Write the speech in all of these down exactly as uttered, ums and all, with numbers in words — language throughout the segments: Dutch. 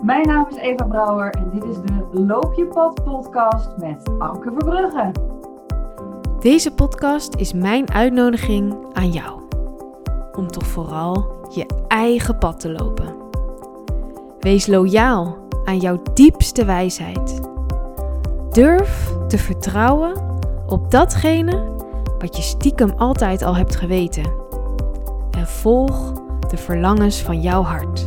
Mijn naam is Eva Brouwer en dit is de Loop je pad podcast met Anke Verbrugge. Deze podcast is mijn uitnodiging aan jou. Om toch vooral je eigen pad te lopen. Wees loyaal aan jouw diepste wijsheid. Durf te vertrouwen op datgene wat je stiekem altijd al hebt geweten. En volg de verlangens van jouw hart.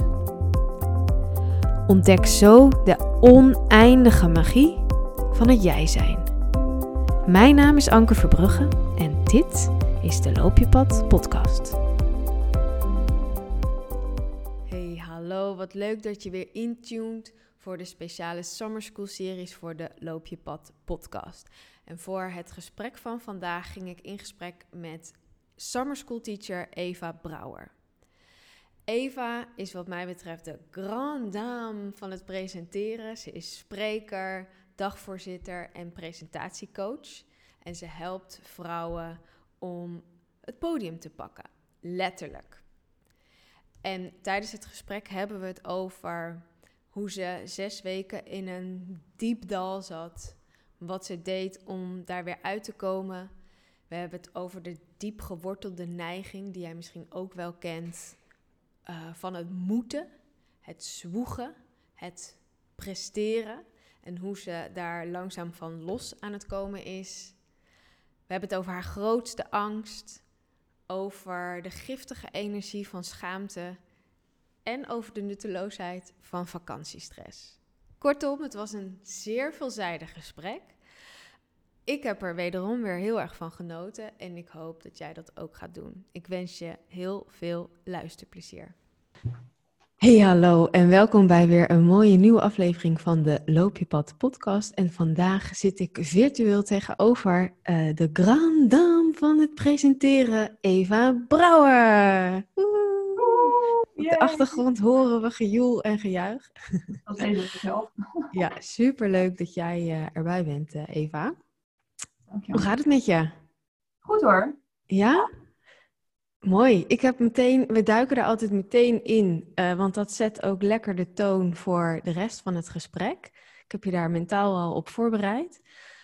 Ontdek zo de oneindige magie van het jij zijn. Mijn naam is Anke Verbrugge en dit is de Loop je pad podcast. Hey, hallo, wat leuk dat je weer intuned voor de speciale Summer School series voor de Loop je pad podcast. En voor het gesprek van vandaag ging ik in gesprek met Summer School teacher Eva Brouwer. Eva is wat mij betreft de grande dame van het presenteren. Ze is spreker, dagvoorzitter en presentatiecoach. En ze helpt vrouwen om het podium te pakken, letterlijk. En tijdens het gesprek hebben we het over hoe ze zes weken in een diep dal zat. Wat ze deed om daar weer uit te komen. We hebben het over de diep gewortelde neiging die jij misschien ook wel kent. Uh, van het moeten, het zwoegen, het presteren en hoe ze daar langzaam van los aan het komen is. We hebben het over haar grootste angst, over de giftige energie van schaamte en over de nutteloosheid van vakantiestress. Kortom, het was een zeer veelzijdig gesprek. Ik heb er wederom weer heel erg van genoten en ik hoop dat jij dat ook gaat doen. Ik wens je heel veel luisterplezier. Hey, hallo en welkom bij weer een mooie nieuwe aflevering van de Loop je pad podcast. En vandaag zit ik virtueel tegenover uh, de grande dame van het presenteren, Eva Brouwer. Woehoe. Op de achtergrond horen we gejoel en gejuich. Dat is even zelf. Ja, superleuk dat jij uh, erbij bent, uh, Eva. Dankjewel. Hoe gaat het met je? Goed hoor. Ja? Mooi. Ik heb meteen, we duiken er altijd meteen in, uh, want dat zet ook lekker de toon voor de rest van het gesprek. Ik heb je daar mentaal al op voorbereid.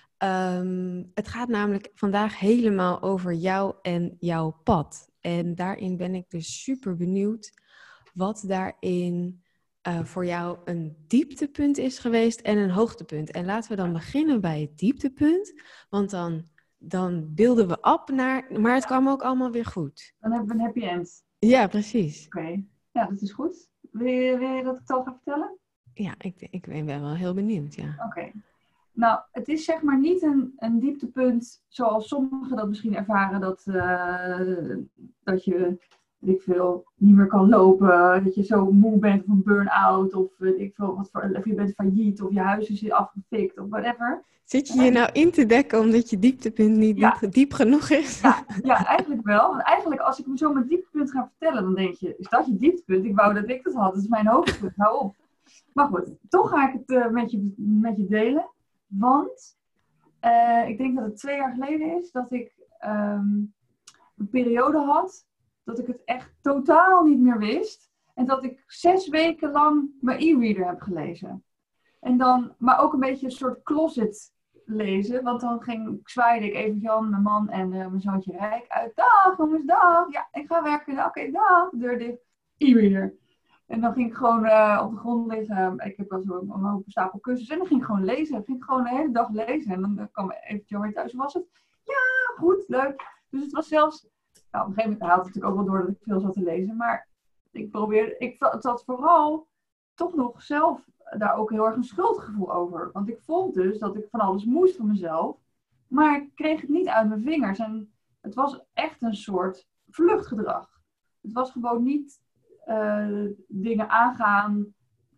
Um, het gaat namelijk vandaag helemaal over jou en jouw pad. En daarin ben ik dus super benieuwd wat daarin uh, voor jou een dieptepunt is geweest en een hoogtepunt. En laten we dan beginnen bij het dieptepunt, want dan... Dan beelden we op naar... Maar het kwam ook allemaal weer goed. Dan hebben we een happy end. Ja, precies. Oké. Okay. Ja, dat is goed. Wil je, wil je dat ik het al ga vertellen? Ja, ik, ik ben wel heel benieuwd, ja. Oké. Okay. Nou, het is zeg maar niet een, een dieptepunt zoals sommigen dat misschien ervaren. Dat, uh, dat je, weet ik veel, niet meer kan lopen. Dat je zo moe bent of een burn-out. Of, weet ik veel, wat voor, of je bent failliet. Of je huis is afgefikt. Of whatever. Zit je je nou in te dekken omdat je dieptepunt niet ja. diep, diep genoeg is? Ja, ja, eigenlijk wel. Want eigenlijk als ik me zo mijn dieptepunt ga vertellen, dan denk je, is dat je dieptepunt? Ik wou dat ik dat had, dat is mijn hoogtepunt, hou op. Maar goed, toch ga ik het uh, met, je, met je delen. Want uh, ik denk dat het twee jaar geleden is dat ik um, een periode had dat ik het echt totaal niet meer wist. En dat ik zes weken lang mijn e-reader heb gelezen. En dan, maar ook een beetje een soort closet lezen. Want dan ging, zwaaide ik even Jan, mijn man en uh, mijn zoontje Rijk uit. Dag jongens, dag. Ja, ik ga werken. Oké, okay, dag. Deur dicht. E-reader. En dan ging ik gewoon uh, op de grond liggen. Ik heb wel zo'n een hoop stapel kussens. En dan ging ik gewoon lezen. Dan ging ik gewoon de hele dag lezen. En dan uh, kwam even Jan weer thuis. Was het? Ja, goed, leuk. Dus het was zelfs... Nou, op een gegeven moment haalde het natuurlijk ook wel door dat ik veel zat te lezen. Maar ik probeerde... Ik zat vooral toch nog zelf... daar ook heel erg een schuldgevoel over. Want ik vond dus dat ik van alles moest van mezelf. Maar ik kreeg het niet uit mijn vingers. En het was echt een soort vluchtgedrag. Het was gewoon niet uh, dingen aangaan.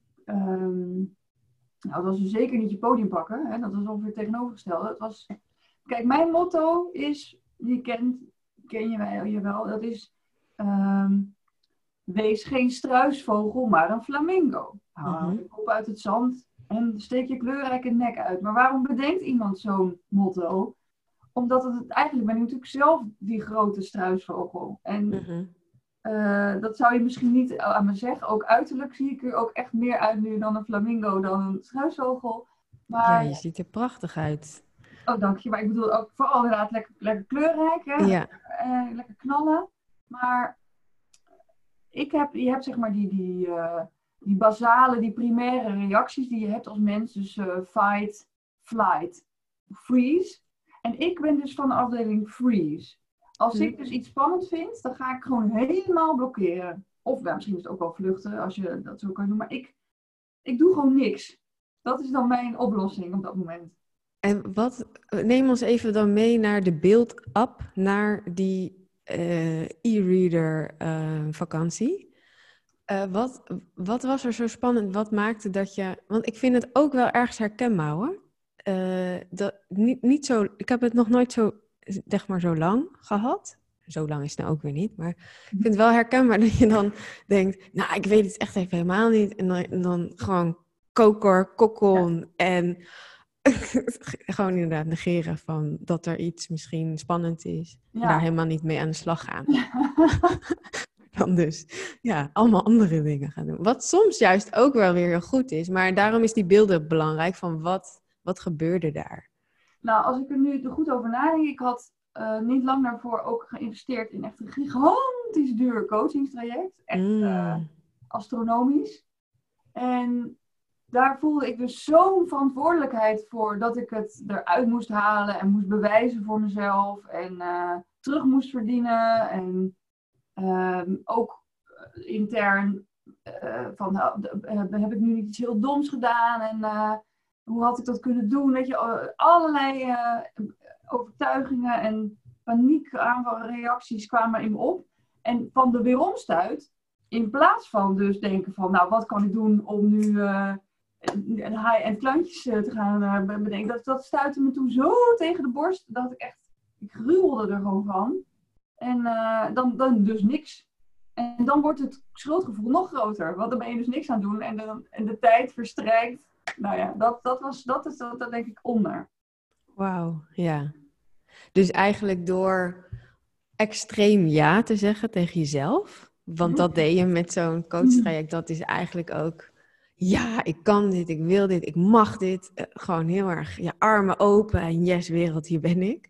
Um, nou, het was dus zeker niet je podium pakken. Hè? Dat was ongeveer tegenovergestelde. Het was... Kijk, mijn motto is... Je kent, ken je, mij, je wel. Dat is... Um, wees geen struisvogel, maar een flamingo. Haal je kop uit het zand en steek je kleurrijke nek uit. Maar waarom bedenkt iemand zo'n motto? Omdat het eigenlijk ben ik natuurlijk zelf die grote struisvogel. En uh-huh. Uh, dat zou je misschien niet aan me zeggen. Ook uiterlijk zie ik er ook echt meer uit nu dan een flamingo, dan een struisvogel. Maar, ja, je ziet er prachtig uit. oh, dank je. Maar ik bedoel ook vooral inderdaad lekker, lekker kleurrijk. Hè? Ja. Uh, lekker knallen. Maar ik heb, je hebt zeg maar die, die, uh, die basale, die primaire reacties die je hebt als mens. Dus uh, fight, flight, freeze. En ik ben dus van de afdeling freeze. Als ik dus iets spannend vind, dan ga ik gewoon helemaal blokkeren. Of ja, misschien is het ook wel vluchten, als je dat zo kan doen. Maar ik, ik doe gewoon niks. Dat is dan mijn oplossing op dat moment. En wat, neem ons even dan mee naar de beeld-app, naar die uh, e-reader uh, vakantie. Uh, wat, wat was er zo spannend? Wat maakte dat je... Want ik vind het ook wel ergens herkenbaar, hoor. Uh, dat, niet, niet zo, ik heb het nog nooit zo, zeg maar, zo lang gehad. Zo lang is het nou ook weer niet. Maar ik vind het wel herkenbaar dat je dan denkt... Nou, ik weet het echt even helemaal niet. En dan, en dan gewoon koker, kokon ja. En... gewoon inderdaad negeren van dat er iets misschien spannend is. Ja. En daar helemaal niet mee aan de slag gaan. Ja. Dan dus, ja, allemaal andere dingen gaan doen. Wat soms juist ook wel weer heel goed is. Maar daarom is die beelden belangrijk van wat, wat gebeurde daar. Nou, als ik er nu goed over nadenk. Ik had uh, niet lang daarvoor ook geïnvesteerd in echt een gigantisch duur coachingstraject. Echt mm. uh, astronomisch. En... daar voelde ik dus zo'n verantwoordelijkheid voor dat ik het eruit moest halen en moest bewijzen voor mezelf en uh, terug moest verdienen. En uh, ook intern uh, van uh, heb ik nu niet iets heel doms gedaan en uh, hoe had ik dat kunnen doen? Weet je, allerlei uh, overtuigingen en paniekaanvalreacties kwamen in me op. En van de weeromstuit, in plaats van dus denken van nou wat kan ik doen om nu... Uh, high-end klantjes te gaan uh, bedenken. Dat, dat stuitte me toen zo tegen de borst. Dat ik echt, ik gruwelde er gewoon van. En uh, dan, dan dus niks. En dan wordt het schuldgevoel nog groter. Want dan ben je dus niks aan het doen. En, dan, en de tijd verstrijkt. Nou ja, dat, dat, was, dat is dat, dat denk ik onder. Wauw, ja. Dus eigenlijk door extreem ja te zeggen tegen jezelf. Want dat deed je met zo'n coachtraject. Dat is eigenlijk ook... ja, ik kan dit, ik wil dit, ik mag dit. Uh, gewoon heel erg je armen open en yes wereld, hier ben ik.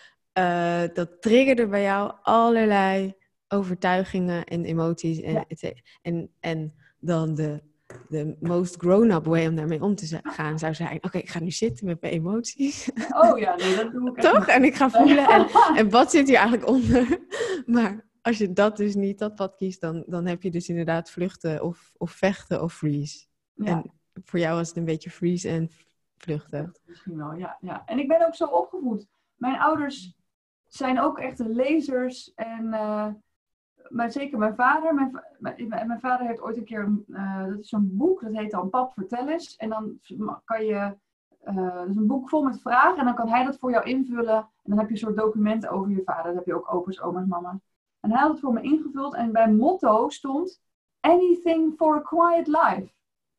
Uh, dat triggerde bij jou allerlei overtuigingen en emoties. En, ja. en, en dan de, de most grown-up way om daarmee om te gaan zou zijn... oké, okay, ik ga nu zitten met mijn emoties. Oh ja, nee, dat doe ik echt. Toch? En ik ga voelen. En, en wat zit hier eigenlijk onder? Maar als je dat dus niet, dat pad kiest... dan, dan heb je dus inderdaad vluchten of, of vechten of freeze. Ja. En voor jou was het een beetje freeze en vluchten. Misschien wel, ja, ja. En ik ben ook zo opgevoed. Mijn ouders zijn ook echte lezers. En uh, maar zeker mijn vader. Mijn, mijn, mijn vader heeft ooit een keer... Uh, dat is zo'n boek, dat heet dan Pap, vertel eens. En dan kan je... Uh, dat is een boek vol met vragen. En dan kan hij dat voor jou invullen. En dan heb je een soort document over je vader. Dan heb je ook opa's, oma's, mama's. En hij had het voor me ingevuld. En bij motto stond... Anything for a quiet life.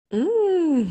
Mm.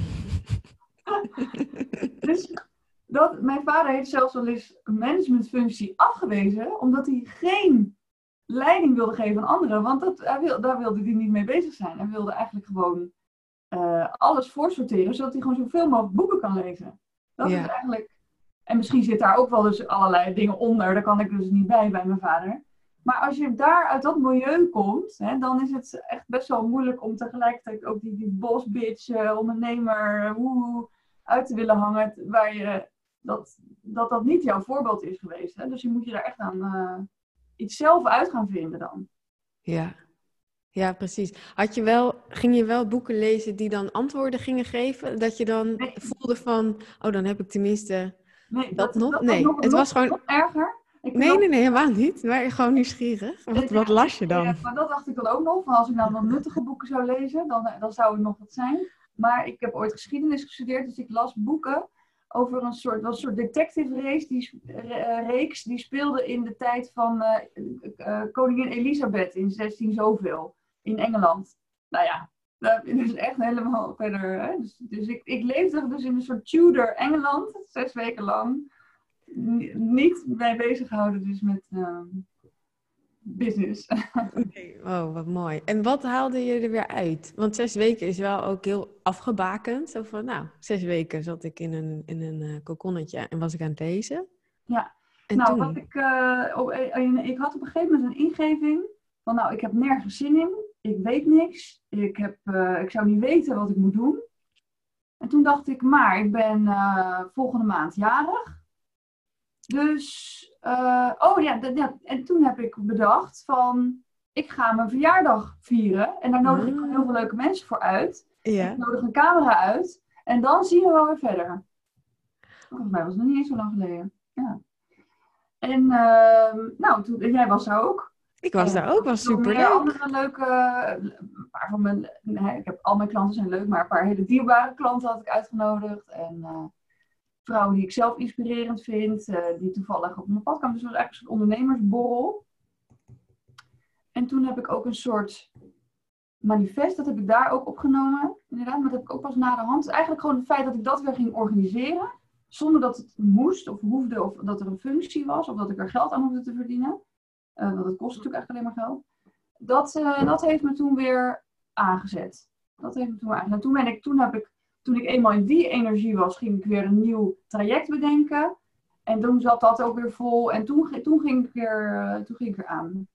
Dus dat, mijn vader heeft zelfs wel eens een managementfunctie afgewezen, omdat hij geen leiding wilde geven aan anderen, want dat, hij wil, daar wilde hij niet mee bezig zijn. Hij wilde eigenlijk gewoon uh, alles voorsorteren, zodat hij gewoon zoveel mogelijk boeken kan lezen. Dat ja. is eigenlijk... En misschien zit daar ook wel dus allerlei dingen onder, daar kan ik dus niet bij bij mijn vader. Maar als je daar uit dat milieu komt, hè, dan is het echt best wel moeilijk om tegelijkertijd ook die, die boss bitch, uh, ondernemer, woehoe, uit te willen hangen. Waar je, dat, dat dat niet jouw voorbeeld is geweest. Hè? Dus je moet je daar echt aan uh, iets zelf uit gaan vinden dan. Ja. Ja, precies. Had je wel, ging je wel boeken lezen die dan antwoorden gingen geven? Dat je dan nee. voelde van, oh dan heb ik tenminste nee, dat, dat nog? Dat, nee, dat nog, het nog, was gewoon... nog erger. Nee, ook... nee, nee, helemaal niet. Maar gewoon nieuwsgierig. Wat, wat las je dan? Ja, maar dat dacht ik dan ook nog. Van als ik nou nog nuttige boeken zou lezen, dan, dan zou het nog wat zijn. Maar ik heb ooit geschiedenis gestudeerd, dus ik las boeken over een soort, was een soort detective race, die, uh, reeks. Die speelde in de tijd van uh, uh, koningin Elisabeth in zestien zoveel in Engeland. Nou ja, dat is echt helemaal verder. Hè? Dus, dus ik, ik leefde dus in een soort Tudor Engeland, zes weken lang. Niet mee bezig houden dus met, uh, business. Okay. Oh, wat mooi. En wat haalde je er weer uit? Want zes weken is wel ook heel afgebakend. Zo van, nou, zes weken zat ik in een, in een uh, kokonnetje en was ik aan het lezen. Ja, En nou, wat toen? ik, uh, op, uh, ik had op een gegeven moment een ingeving van, nou, ik heb nergens zin in, ik weet niks, ik, heb, uh, ik zou niet weten wat ik moet doen. En toen dacht ik, maar ik ben uh, volgende maand jarig. Dus, uh, oh ja, d- ja, en toen heb ik bedacht van, ik ga mijn verjaardag vieren. En daar nodig ik Ah. heel veel leuke mensen voor uit. Ja. Ik nodig een camera uit. En dan zien we wel weer verder. Volgens mij was het nog niet eens zo lang geleden. Ja. En uh, nou, toen, en jij was daar ook. Ik was en, daar ook, was nog superleuk. meer andere leuke, een paar van mijn, nee, ik heb al mijn klanten zijn leuk, maar een paar hele dierbare klanten had ik uitgenodigd. En uh, vrouwen die ik zelf inspirerend vind, uh, die toevallig op mijn pad kwamen. Dus het was eigenlijk een soort ondernemersborrel. En toen heb ik ook een soort manifest, dat heb ik daar ook opgenomen. Inderdaad, maar dat heb ik ook pas na de hand. Dus eigenlijk gewoon het feit dat ik dat weer ging organiseren. Zonder dat het moest of hoefde of dat er een functie was. Of dat ik er geld aan hoefde te verdienen. Uh, want het kost natuurlijk eigenlijk alleen maar geld. Dat, uh, dat heeft me toen weer aangezet. Dat heeft me toen weer aangezet. En toen, ben ik, toen, heb ik, toen ik eenmaal in die energie was, ging ik weer een nieuw traject bedenken. En toen zat dat ook weer vol. En toen, toen, ging, ik weer, uh, toen ging ik weer aan.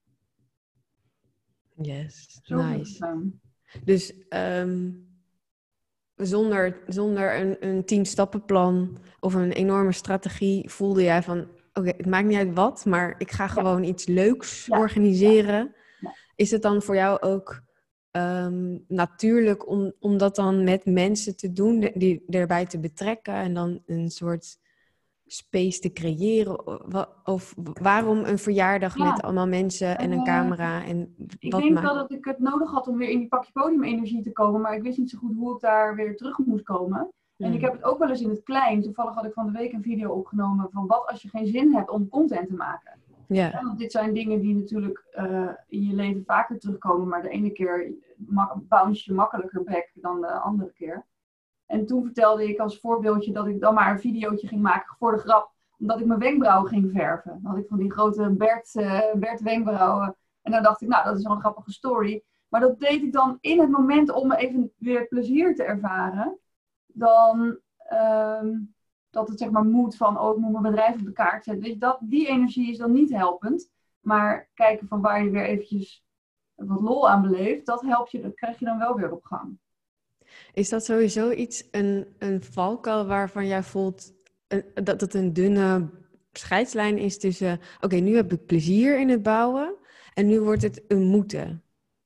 Yes, Zo nice. Dus um, zonder, zonder een, een tien-stappenplan of een enorme strategie voelde jij van, oké, okay, het maakt niet uit wat, maar ik ga gewoon ja. iets leuks ja. organiseren. Ja. Ja. Is het dan voor jou ook um, natuurlijk om, om dat dan met mensen te doen, die erbij te betrekken en dan een soort space te creëren? Of waarom een verjaardag ja. met allemaal mensen en een camera? En ik wat denk maakt... wel dat ik het nodig had om weer in die pakje podiumenergie te komen, maar ik wist niet zo goed hoe ik daar weer terug moest komen. Mm. En ik heb het ook wel eens in het klein. Toevallig had ik van de week een video opgenomen van wat als je geen zin hebt om content te maken. Ja. Ja, want dit zijn dingen die natuurlijk uh, in je leven vaker terugkomen, maar de ene keer bounce je makkelijker back dan de andere keer. En toen vertelde ik als voorbeeldje dat ik dan maar een videootje ging maken voor de grap, omdat ik mijn wenkbrauwen ging verven. Dan had ik van die grote Bert, uh, Bert wenkbrauwen. En dan dacht ik, nou, dat is wel een grappige story. Maar dat deed ik dan in het moment om even weer plezier te ervaren. Dan um, dat het zeg maar moet van, oh, ik moet mijn bedrijf op de kaart zetten. Weet je, dat, die energie is dan niet helpend. Maar kijken van waar je weer eventjes wat lol aan beleeft, dat helpt je, dat krijg je dan wel weer op gang. Is dat sowieso iets, een, een valkuil waarvan jij voelt een, dat het een dunne scheidslijn is tussen, oké, okay, nu heb ik plezier in het bouwen en nu wordt het een moeten?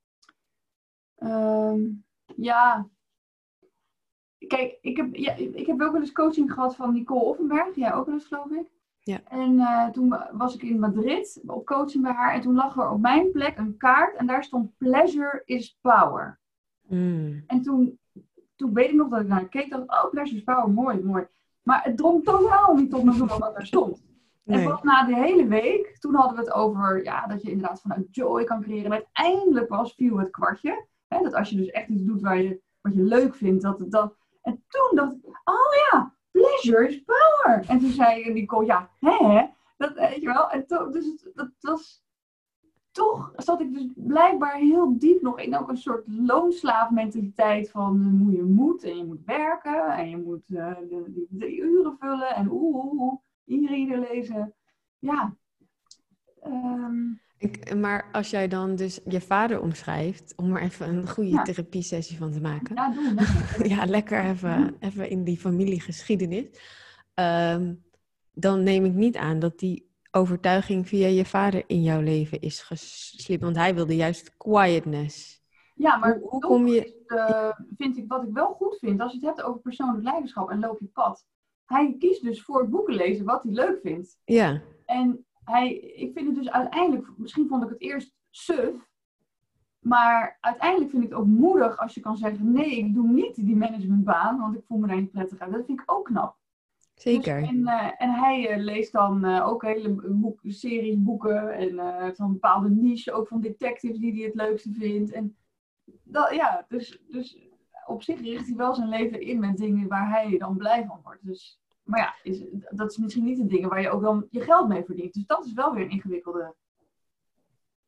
Um, ja. Kijk, ik heb, ja, ik heb ook wel eens coaching gehad van Nicole Offenberg. Jij ook wel eens, geloof ik. Ja. En uh, toen was ik in Madrid op coaching bij haar. En toen lag er op mijn plek een kaart. En daar stond Pleasure is Power. Mm. En toen, toen weet ik nog dat ik naar keek. Dacht, oh, Pleasure is Power, mooi, mooi. Maar het drong totaal niet tot me toe wat daar stond. Nee. En pas na de hele week, toen hadden we het over ja, dat je inderdaad vanuit joy kan creëren. En uiteindelijk was viel het kwartje. Hè, dat als je dus echt iets doet waar je, wat je leuk vindt, dat het dan... En toen dacht ik, oh ja, pleasure is power. En toen zei Nicole, ja, hè, dat weet je wel. En to, dus het, dat was... Toch zat ik dus blijkbaar heel diep nog in ook een soort loonslaafmentaliteit van uh, je moet en je moet werken en je moet uh, de, de, de uren vullen en oeh, oeh, oeh, e-reader lezen. Ja. Um, Ik, maar als jij dan dus je vader omschrijft, om er even een goede ja. therapiesessie van te maken. Ja, doe lekker. Ja, lekker even, even in die familiegeschiedenis. Um, dan neem ik niet aan dat die overtuiging via je vader in jouw leven is geslipt. Want hij wilde juist quietness. Ja, maar hoe, hoe kom je... Is, uh, vind ik, wat ik wel goed vind, als je het hebt over persoonlijk leiderschap en loop je pad. Hij kiest dus voor het boeken lezen wat hij leuk vindt. Ja. En hij, ik vind het dus uiteindelijk, misschien vond ik het eerst suf, maar uiteindelijk vind ik het ook moedig als je kan zeggen, nee, ik doe niet die managementbaan, want ik voel me daar niet prettig uit. Dat vind ik ook knap. Zeker. Dus, en, uh, en hij uh, leest dan uh, ook hele boek, series, boeken en uh, van een bepaalde niche, ook van detectives die hij het leukste vindt. En dat, ja, dus, dus op zich richt hij wel zijn leven in met dingen waar hij dan blij van wordt. Dus, maar ja, is, dat is misschien niet de dingen waar je ook dan je geld mee verdient. Dus dat is wel weer een ingewikkelde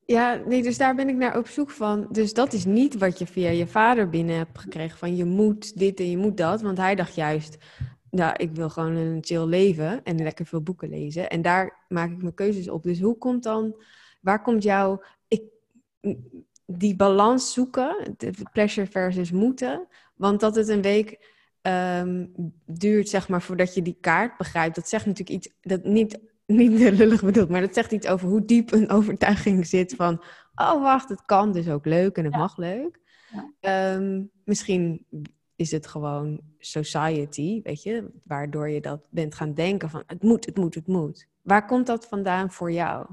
Ja, nee, dus daar ben ik naar op zoek van. Dus dat is niet wat je via je vader binnen hebt gekregen. Van je moet dit en je moet dat. Want hij dacht juist, nou, ik wil gewoon een chill leven en lekker veel boeken lezen. En daar maak ik mijn keuzes op. Dus hoe komt dan, waar komt jouw, ik, die balans zoeken, de pleasure versus moeten? Want dat het een week um, duurt, zeg maar, voordat je die kaart begrijpt. Dat zegt natuurlijk iets, dat niet... Niet lullig bedoeld, maar dat zegt iets over hoe diep een overtuiging zit van... oh, wacht, het kan dus ook leuk en het Ja. mag leuk. Ja. Um, misschien is het gewoon society, weet je... waardoor je dat bent gaan denken van... het moet, het moet, het moet. Waar komt dat vandaan voor jou?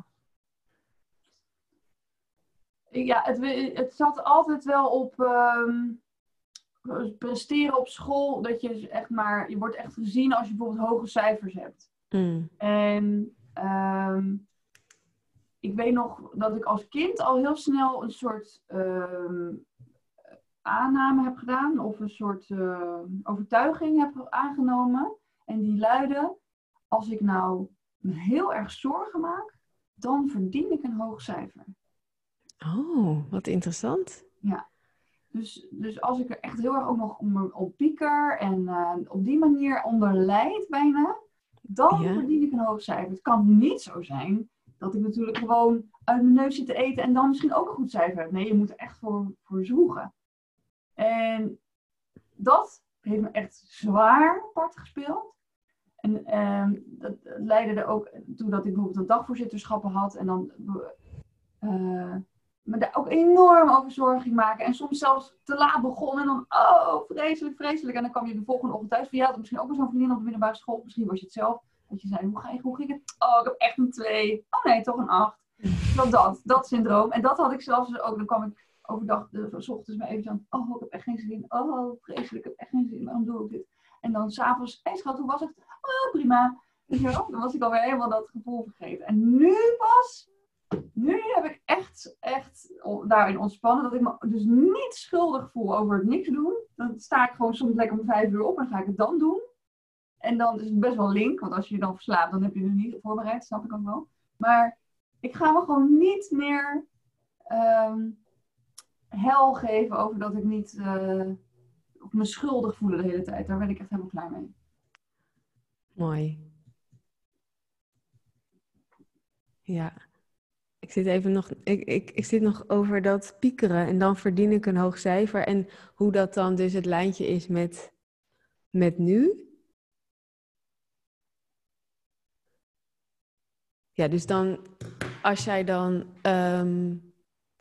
Ja, het, het zat altijd wel op... Um... presteren op school, dat je echt maar... je wordt echt gezien als je bijvoorbeeld hoge cijfers hebt. Mm. En um, ik weet nog dat ik als kind al heel snel een soort um, aanname heb gedaan. Of een soort uh, overtuiging heb aangenomen. En die luidde, als ik nou me heel erg zorgen maak, dan verdien ik een hoog cijfer. Oh, wat interessant. Ja. Dus, dus als ik er echt heel erg ook nog op pieker en uh, op die manier onder lijd bijna... dan ja. verdien ik een hoog cijfer. Het kan niet zo zijn dat ik natuurlijk gewoon uit mijn neus zit te eten en dan misschien ook een goed cijfer heb. Nee, je moet er echt voor, voor zwoegen. En dat heeft me echt zwaar part gespeeld. En um, dat leidde er ook toe dat ik bijvoorbeeld een dagvoorzitterschappen had en dan uh, me daar ook enorm over zorgen ging maken. En soms zelfs te laat begon en dan, oh, vreselijk, vreselijk. En dan kwam je de volgende ochtend thuis van, je had misschien ook wel zo'n vriendin op de middelbare school. Misschien was je het zelf. Dat je zei, hoe, ga je, hoe ging het? Oh, ik heb echt een twee. Oh nee, toch een acht. Dat, dat, dat syndroom. En dat had ik zelfs dus ook. Dan kwam ik overdag, de, s ochtends maar even aan, oh, ik heb echt geen zin. Oh, vreselijk, ik heb echt geen zin. Waarom doe ik dit? En dan s'avonds, hé hey, schat, hoe was het? Oh, prima. Dus ja, dan was ik alweer helemaal dat gevoel vergeten. En nu pas... Nu heb ik echt, echt daarin ontspannen dat ik me dus niet schuldig voel over het niks doen. Dan sta ik gewoon soms lekker om vijf uur op en ga ik het dan doen. En dan is het best wel link, want als je je dan verslaapt, dan heb je het niet voorbereid, snap ik ook wel. Maar ik ga me gewoon niet meer um, hel geven over dat ik niet uh, me schuldig voel de hele tijd. Daar ben ik echt helemaal klaar mee. Mooi. Ja. Ik zit even nog, ik, ik, ik zit nog over dat piekeren en dan verdien ik een hoog cijfer. En hoe dat dan dus het lijntje is met, met nu. Ja, dus dan, als jij dan... Um...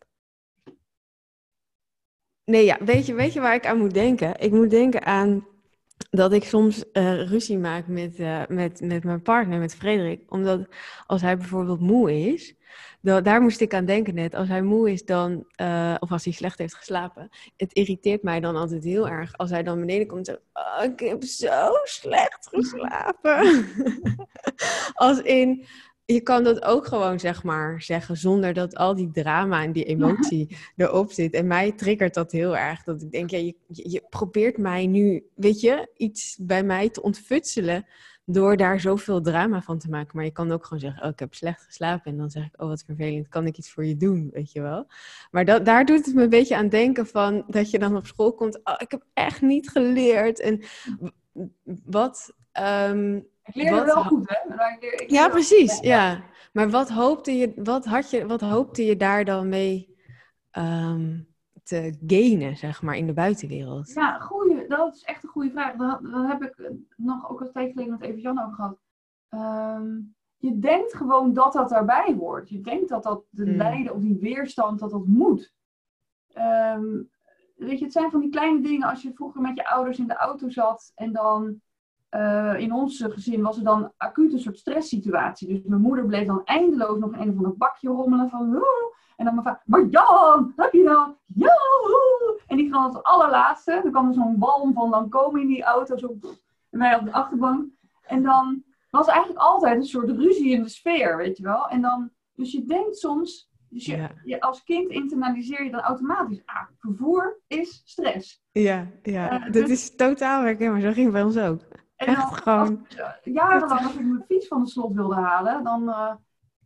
Nee, ja, weet je, weet je waar ik aan moet denken? Ik moet denken aan dat ik soms uh, ruzie maak met, uh, met, met mijn partner, met Frederik. Omdat als hij bijvoorbeeld moe is... Dan, daar moest ik aan denken net. Als hij moe is dan, uh, of als hij slecht heeft geslapen. Het irriteert mij dan altijd heel erg. Als hij dan beneden komt en zegt, oh, ik heb zo slecht geslapen. Als in, je kan dat ook gewoon zeg maar zeggen. Zonder dat al die drama en die emotie erop zit. En mij triggert dat heel erg. Dat ik denk, ja, je, je probeert mij nu, weet je, iets bij mij te ontfutselen. Door daar zoveel drama van te maken. Maar je kan ook gewoon zeggen, oh, ik heb slecht geslapen. En dan zeg ik, oh, wat vervelend, kan ik iets voor je doen? Weet je wel. Maar dat, daar doet het me een beetje aan denken van... dat je dan op school komt, oh, ik heb echt niet geleerd. En wat... Um, ik leerde wat, wel goed, hè? Maar ik leer, ik ja, leer precies, goed, ja. ja. Maar wat hoopte je, wat had je, wat hoopte je daar dan mee... Um, te gainen, zeg maar, in de buitenwereld? Ja, goeie, dat is echt een goede vraag. Daar, daar heb ik nog ook een tijd geleden met even Jan over gehad. Um, je denkt gewoon dat dat daarbij hoort. Je denkt dat dat de hmm. lijden of die weerstand, dat dat moet. Um, weet je, het zijn van die kleine dingen als je vroeger met je ouders in de auto zat en dan... Uh, in ons gezin was er dan acuut een soort stresssituatie. Dus mijn moeder bleef dan eindeloos nog een of ander bakje rommelen van... Woe! En dan mijn vader, maar Jan, heb je dan? Ja! En die kwam als allerlaatste. Dan kwam er zo'n walm van dan komen in die auto. Zo, en wij op de achterbank. En dan was eigenlijk altijd een soort ruzie in de sfeer, weet je wel. En dan, dus je denkt soms... Dus je, ja. je, als kind internaliseer je dan automatisch... Ah, vervoer is stress. Ja, ja. Uh, dat dus, is totaal herkenbaar. Zo ging het bij ons ook. En dan, gewoon... als, jarenlang als ik mijn fiets van de slot wilde halen, dan uh,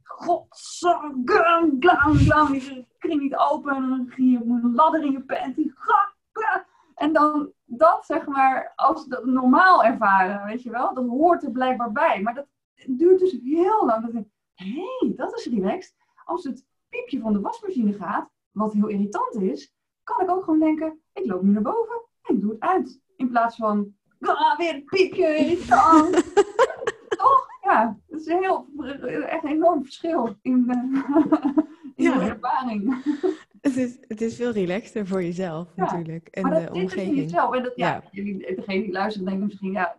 Godzang, glam, glam. Je kring niet open. En dan ging je een ladder in je panty. En dan dat, zeg maar, als dat normaal ervaren, weet je wel. Dat hoort er blijkbaar bij. Maar dat duurt dus heel lang. Dat ik denk, hé, hey, dat is relaxed. Als het piepje van de wasmachine gaat, wat heel irritant is, kan ik ook gewoon denken, ik loop nu naar boven en ik doe het uit. In plaats van, ah, weer een piepje, irritant. Toch? Ja, dat is een heel, echt een enorm verschil in, uh, in Ja. de ervaring. Het is, het is veel relaxter voor jezelf Ja, natuurlijk. En maar de dat zit dus in omgeving. jezelf. En dat, ja, Ja. jullie, degene die luistert denken misschien, ja,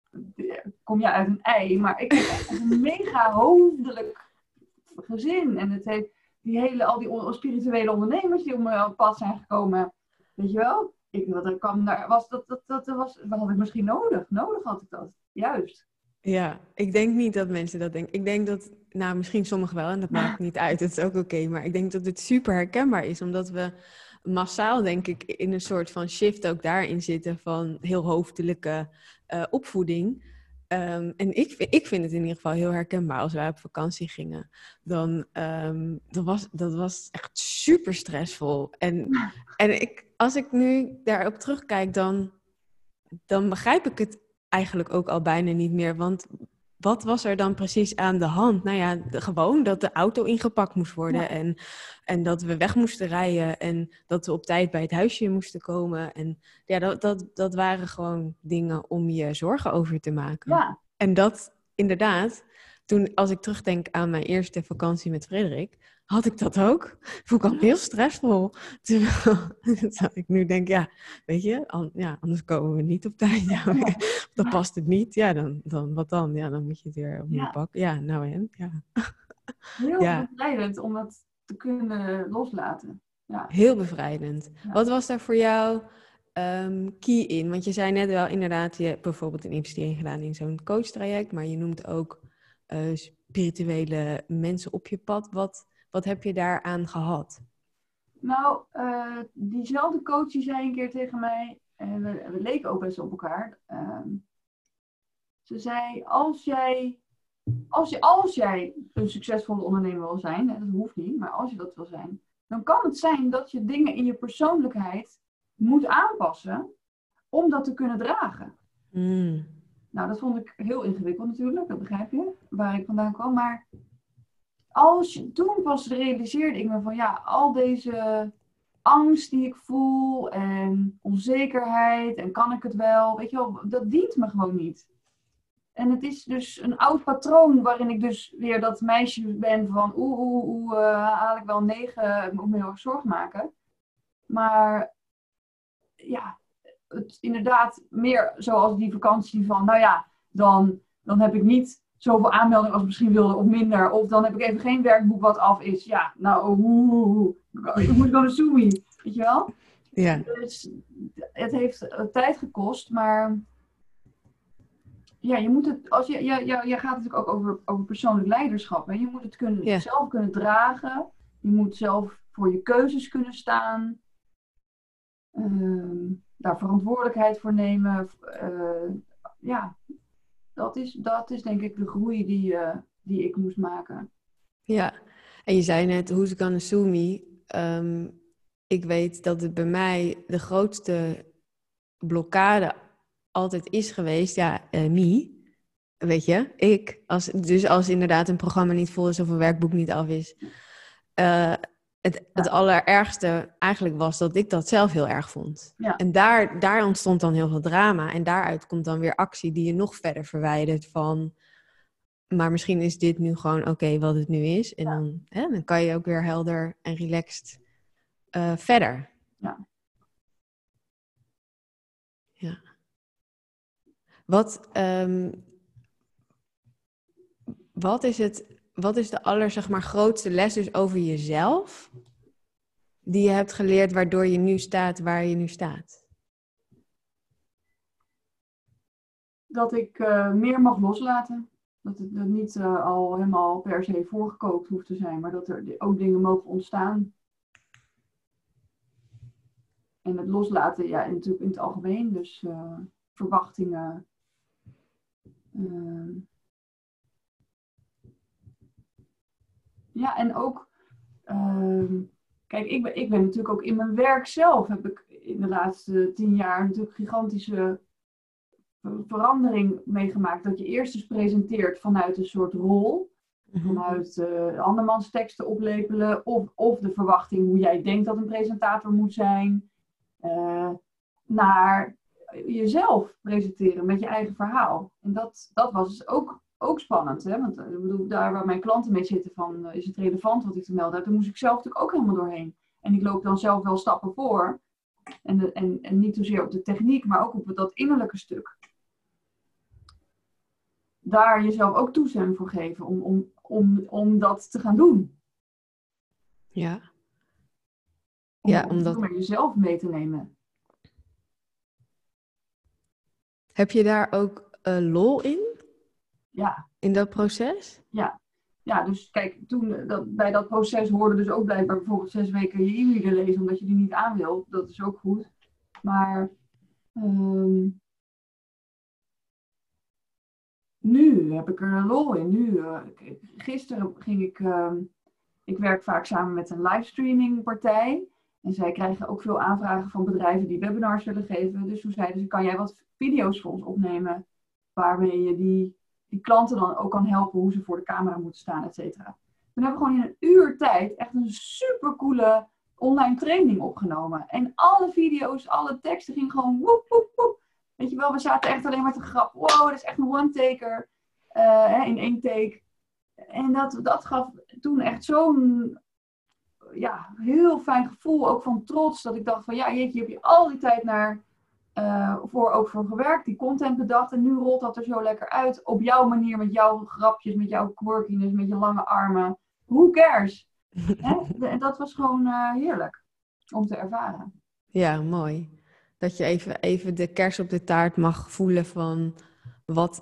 kom je uit een ei. Maar ik heb echt een mega hoofdelijk gezin. En het heeft die hele, al die on- spirituele ondernemers die op mijn pad zijn gekomen. Weet je wel? Ik, dat, kwam daar, was, dat, dat, dat, dat, was, wat had ik misschien nodig? Nodig had ik dat. Juist. Ja, ik denk niet dat mensen dat denken. Ik denk dat, nou misschien sommigen wel en dat maakt niet uit. Dat is ook oké. Maar ik denk dat het super herkenbaar is. Omdat we massaal denk ik in een soort van shift ook daarin zitten van heel hoofdelijke uh, opvoeding. Um, en ik, ik vind het in ieder geval heel herkenbaar als wij op vakantie gingen. Dan um, dat was dat was echt super stressvol. En, en ik, als ik nu daarop terugkijk, dan, dan begrijp ik het eigenlijk ook al bijna niet meer. Want wat was er dan precies aan de hand? Nou ja, de, gewoon dat de auto ingepakt moest worden. Ja. En, en dat we weg moesten rijden. En dat we op tijd bij het huisje moesten komen. En ja, dat, dat, dat waren gewoon dingen om je zorgen over te maken. Ja. En dat, inderdaad, toen als ik terugdenk aan mijn eerste vakantie met Frederik, had ik dat ook. Vond ik al heel stressvol. Terwijl ik nu denk, ja, weet je, an, ja, anders komen we niet op tijd. Ja, dan past het niet. Ja, dan, dan wat dan? Ja, dan moet je het weer opnieuw Ja. pakken. Ja, nou en? Ja. Heel Ja. bevrijdend om dat te kunnen loslaten. Ja. Heel bevrijdend. Ja. Wat was daar voor jou um, key in? Want je zei net wel inderdaad, je hebt bijvoorbeeld een investering gedaan in zo'n coachtraject, maar je noemt ook uh, spirituele mensen op je pad. Wat, wat heb je daaraan gehad? Nou, uh, diezelfde coach die zei een keer tegen mij, en we, we leken ook best op elkaar. Uh, ze zei, als jij, als, je, als jij een succesvolle ondernemer wil zijn, hè, dat hoeft niet, maar als je dat wil zijn, dan kan het zijn dat je dingen in je persoonlijkheid moet aanpassen om dat te kunnen dragen. Mm. Nou, dat vond ik heel ingewikkeld natuurlijk, dat begrijp je, waar ik vandaan kwam. Maar als je, toen pas realiseerde ik me van, ja, al deze angst die ik voel en onzekerheid en kan ik het wel, weet je wel, dat dient me gewoon niet. En het is dus een oud patroon waarin ik dus weer dat meisje ben van oeh, oeh, oeh, uh, haal ik wel negen, moet me heel erg zorgen maken. Maar ja, het inderdaad meer zoals die vakantie van, nou ja, dan, dan heb ik niet zoveel aanmeldingen als ik misschien wilde of minder. Of dan heb ik even geen werkboek wat af is. Ja, nou, oeh, ik moet gewoon een zoomie, weet je wel? Ja. Dus het heeft tijd gekost, maar ja, je moet het, als je, je, je, je gaat natuurlijk ook over, over persoonlijk leiderschap. Hè? Je moet het kunnen, Ja. zelf kunnen dragen. Je moet zelf voor je keuzes kunnen staan. Uh, daar verantwoordelijkheid voor nemen. Uh, ja, dat is, dat is denk ik de groei die, uh, die ik moest maken. Ja, en je zei net, who's gonna sue me? Um, ik weet dat het bij mij de grootste blokkade altijd is geweest, ja, uh, me. Weet je, ik. Als, dus als inderdaad een programma niet vol is of een werkboek niet af is. Uh, het, het ja. allerergste eigenlijk was dat ik dat zelf heel erg vond. Ja. En daar, daar ontstond dan heel veel drama. En daaruit komt dan weer actie die je nog verder verwijdert van, maar misschien is dit nu gewoon oké okay, wat het nu is. En ja. dan, hè, dan kan je ook weer helder en relaxed uh, verder. Ja. Ja. Wat, um, wat is het, wat is de aller, zeg maar, grootste les dus over jezelf die je hebt geleerd waardoor je nu staat waar je nu staat? Dat ik uh, meer mag loslaten. Dat het, het niet uh, al helemaal per se voorgekookt hoeft te zijn, maar dat er ook dingen mogen ontstaan. En het loslaten, ja, natuurlijk in het algemeen. Dus uh, verwachtingen. Uh, Ja, en ook... Uh, kijk, ik ben, ik ben natuurlijk ook in mijn werk zelf... heb ik in de laatste tien jaar natuurlijk gigantische verandering meegemaakt. Dat je eerst dus presenteert vanuit een soort rol... Vanuit uh, andermans teksten oplepelen. Of, of de verwachting hoe jij denkt dat een presentator moet zijn. Uh, naar jezelf presenteren met je eigen verhaal. En dat, dat was dus ook, ook spannend. Hè? Want ik bedoel, daar waar mijn klanten mee zitten van... Uh, is het relevant wat ik te melden heb? Daar moest ik zelf natuurlijk ook helemaal doorheen. En ik loop dan zelf wel stappen voor. En, de, en, en niet zozeer op de techniek, maar ook op dat innerlijke stuk. Daar jezelf ook toestemming voor geven om, om, om, om dat te gaan doen. Ja. Om, ja, om omdat... met jezelf mee te nemen. Heb je daar ook uh, lol in? Ja. In dat proces? Ja. Ja, dus kijk, toen, dat, bij dat proces hoorde dus ook blijkbaar bijvoorbeeld zes weken je e-reader lezen, omdat je die niet aan wil. Dat is ook goed. Maar... Um, Nu heb ik er een lol in. Nu, uh, gisteren ging ik... Uh, ik werk vaak samen met een livestreaming partij. En zij krijgen ook veel aanvragen van bedrijven die webinars willen geven. Dus toen zeiden ze, kan jij wat video's voor ons opnemen... waarmee je die, die klanten dan ook kan helpen hoe ze voor de camera moeten staan, et cetera. Toen hebben we gewoon in een uur tijd echt een supercoole online training opgenomen. En alle video's, alle teksten gingen gewoon woep, woep, woep. Weet je wel, we zaten echt alleen maar te grap. Wow, dat is echt een one-taker. Uh, in één take. En dat, dat gaf toen echt zo'n... Ja, heel fijn gevoel. Ook van trots. Dat ik dacht van, ja, jeetje, heb je al die tijd naar... Uh, voor, ook voor gewerkt. Die content bedacht. En nu rolt dat er zo lekker uit. Op jouw manier. Met jouw grapjes. Met jouw quirkiness. Met je lange armen. Who cares? En dat was gewoon uh, heerlijk. Om te ervaren. Ja, mooi. Dat je even, even de kers op de taart mag voelen van wat,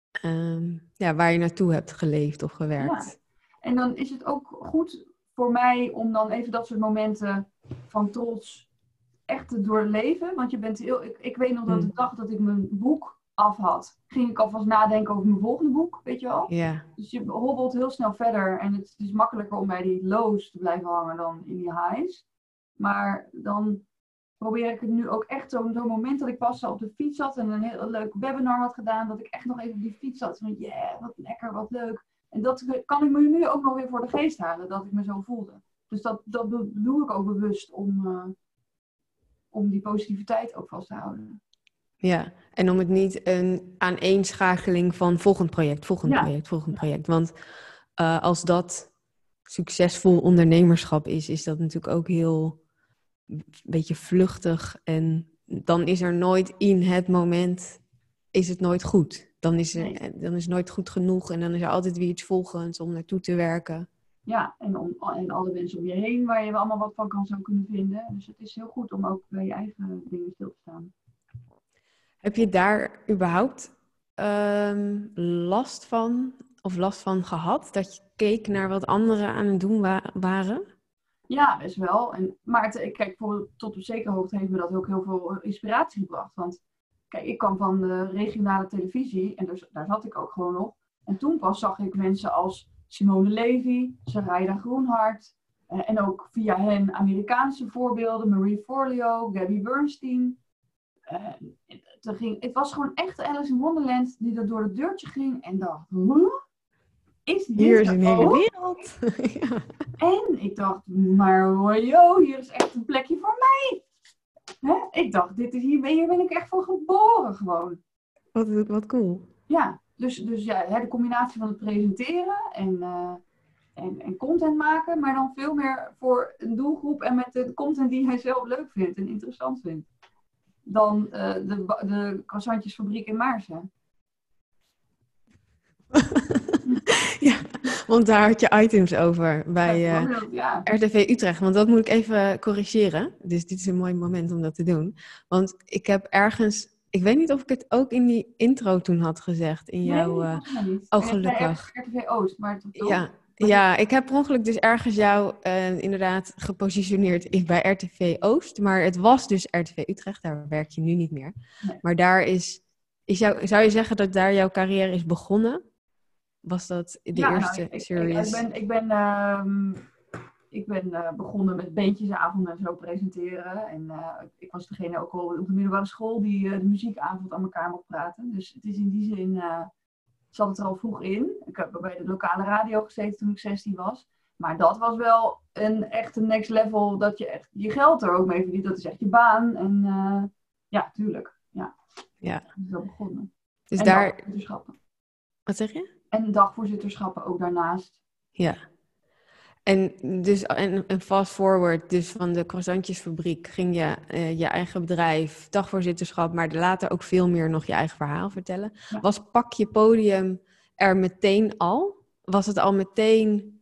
um, ja, waar je naartoe hebt geleefd of gewerkt. Ja. En dan is het ook goed voor mij om dan even dat soort momenten van trots echt te doorleven. Want je bent heel, ik, ik weet nog dat de dag dat ik mijn boek af had, ging ik alvast nadenken over mijn volgende boek, weet je wel. Ja. Dus je hobbelt heel snel verder en het is makkelijker om bij die lows te blijven hangen dan in die highs. Maar dan... probeer ik het nu ook echt zo'n zo moment dat ik pas op de fiets zat en een heel leuk webinar had gedaan, dat ik echt nog even op die fiets zat. Van yeah, wat lekker, wat leuk. En dat kan ik me nu ook nog weer voor de geest halen, dat ik me zo voelde. Dus dat, dat doe ik ook bewust om, uh, om die positiviteit ook vast te houden. Ja, en om het niet een aaneenschakeling van volgend project, volgend ja. project, volgend project. Want uh, als dat succesvol ondernemerschap is, is dat natuurlijk ook heel... een beetje vluchtig en dan is er nooit in het moment, is het nooit goed. Dan is, er, nee. dan is het nooit goed genoeg en dan is er altijd weer iets volgens om naartoe te werken. Ja, en, om, en alle mensen om je heen waar je allemaal wat van kan zou kunnen vinden. Dus het is heel goed om ook bij je eigen dingen stil te staan. Heb je daar überhaupt um, last van of last van gehad? Dat je keek naar wat anderen aan het doen wa- waren? Ja, best wel. En, maar het, kijk, voor, tot op zekere hoogte heeft me dat ook heel veel inspiratie gebracht. Want kijk, ik kwam van de regionale televisie en dus, daar zat ik ook gewoon nog. En toen pas zag ik mensen als Simone Levy, Sarayda Groenhart eh, en ook via hen Amerikaanse voorbeelden, Marie Forleo, Gabby Bernstein. Uh, het, ging, het was gewoon echt Alice in Wonderland die er door het deurtje ging en dacht, huh? Is dit hier is een hele wereld. Ja. En ik dacht, maar joh, hier is echt een plekje voor mij. Hè? Ik dacht, dit is, hier, ben, hier ben ik echt voor geboren gewoon. Wat, wat cool. Ja, dus, dus ja, hè, de combinatie van het presenteren en, uh, en, en content maken, maar dan veel meer voor een doelgroep en met de content die hij zelf leuk vindt en interessant vindt. Dan uh, de, de croissantjesfabriek in Maarsen. Ja, want daar had je items over bij uh, ja. R T V Utrecht. Want dat moet ik even corrigeren. Dus dit is een mooi moment om dat te doen. Want ik heb ergens... Ik weet niet of ik het ook in die intro toen had gezegd. In nee, jouw... Uh, niet. Oh, gelukkig. R T V Oost, maar toch? Ja, maar ja, ik heb per ongeluk dus ergens jou uh, inderdaad gepositioneerd bij R T V Oost. Maar het was dus R T V Utrecht. Daar werk je nu niet meer. Nee. Maar daar is... is jou, zou je zeggen dat daar jouw carrière is begonnen? was dat de Ja, eerste nou, ik, ik, series? ik ben, ik ben, ehm, ik ben uh, begonnen met beentjesavond en zo presenteren. En uh, ik was degene ook al op de middelbare school die uh, de muziekavond aan elkaar mocht praten. Dus het is in die zin, uh, zat het er al vroeg in. Ik heb bij de lokale radio gezeten toen ik zestien was. Maar dat was wel een echte next level, dat je echt je geld er ook mee verdient. Dat is echt je baan. En uh, ja, tuurlijk. Ja, ja. dat is wel begonnen. Dus en daar... dagvoorzitterschappen. Wat zeg je? En dagvoorzitterschappen ook daarnaast. Ja. En dus en, en fast forward, dus van de croissantjesfabriek ging je uh, je eigen bedrijf, dagvoorzitterschap, maar later ook veel meer nog je eigen verhaal vertellen. Ja. Was Pak je Podium er meteen al? Was het al meteen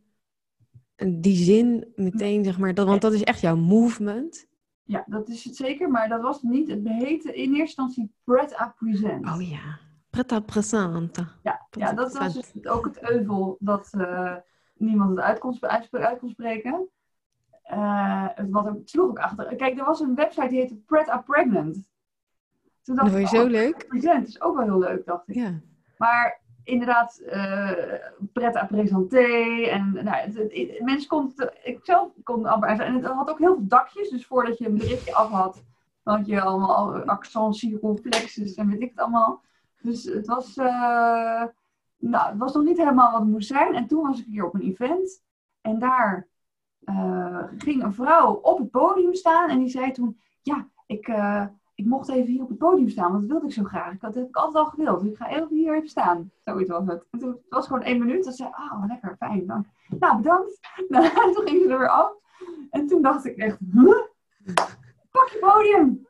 die zin, meteen zeg maar, dat, want dat is echt jouw movement? Ja, dat is het zeker, maar dat was het niet. Het heette in eerste instantie Pret à Present. Oh ja, Pret à Present. Ja, ja, dat was dus ook het euvel dat uh, niemand het uit kon, uit kon spreken. Uh, wat er sloeg ook achter. Kijk, er was een website die heette Pret à Pregnant. Toen dacht dat vond je ik, zo oh, leuk? Present is ook wel heel leuk, dacht ik. Ja. Maar inderdaad, uh, Pret à Présenter. En nou, het, het, het, mensen konden het, ik zelf kon het amper en het had ook heel veel dakjes. Dus voordat je een berichtje af had, dan had je allemaal accent, circumflexes en weet ik het allemaal. Dus het was, uh, nou, het was nog niet helemaal wat het moest zijn. En toen was ik hier op een event. En daar uh, ging een vrouw op het podium staan. En die zei toen, ja, ik, uh, ik mocht even hier op het podium staan. Want dat wilde ik zo graag. Ik had, dat heb ik altijd al gewild. Dus ik ga even hier even staan. Zoiets was het. En toen, het was gewoon één minuut. Dat zei ah, oh, lekker, fijn, dank. Nou, bedankt. Nou, toen ging ze er weer af. En toen dacht ik echt, huh? Pak je podium.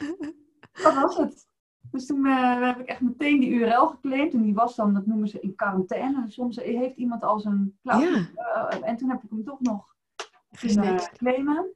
Dat was het. Dus toen uh, heb ik echt meteen die U R L geclaimd. En die was dan, dat noemen ze in quarantaine. En soms heeft iemand al zijn cloud. Ja. Uh, en toen heb ik hem toch nog kunnen uh, claimen.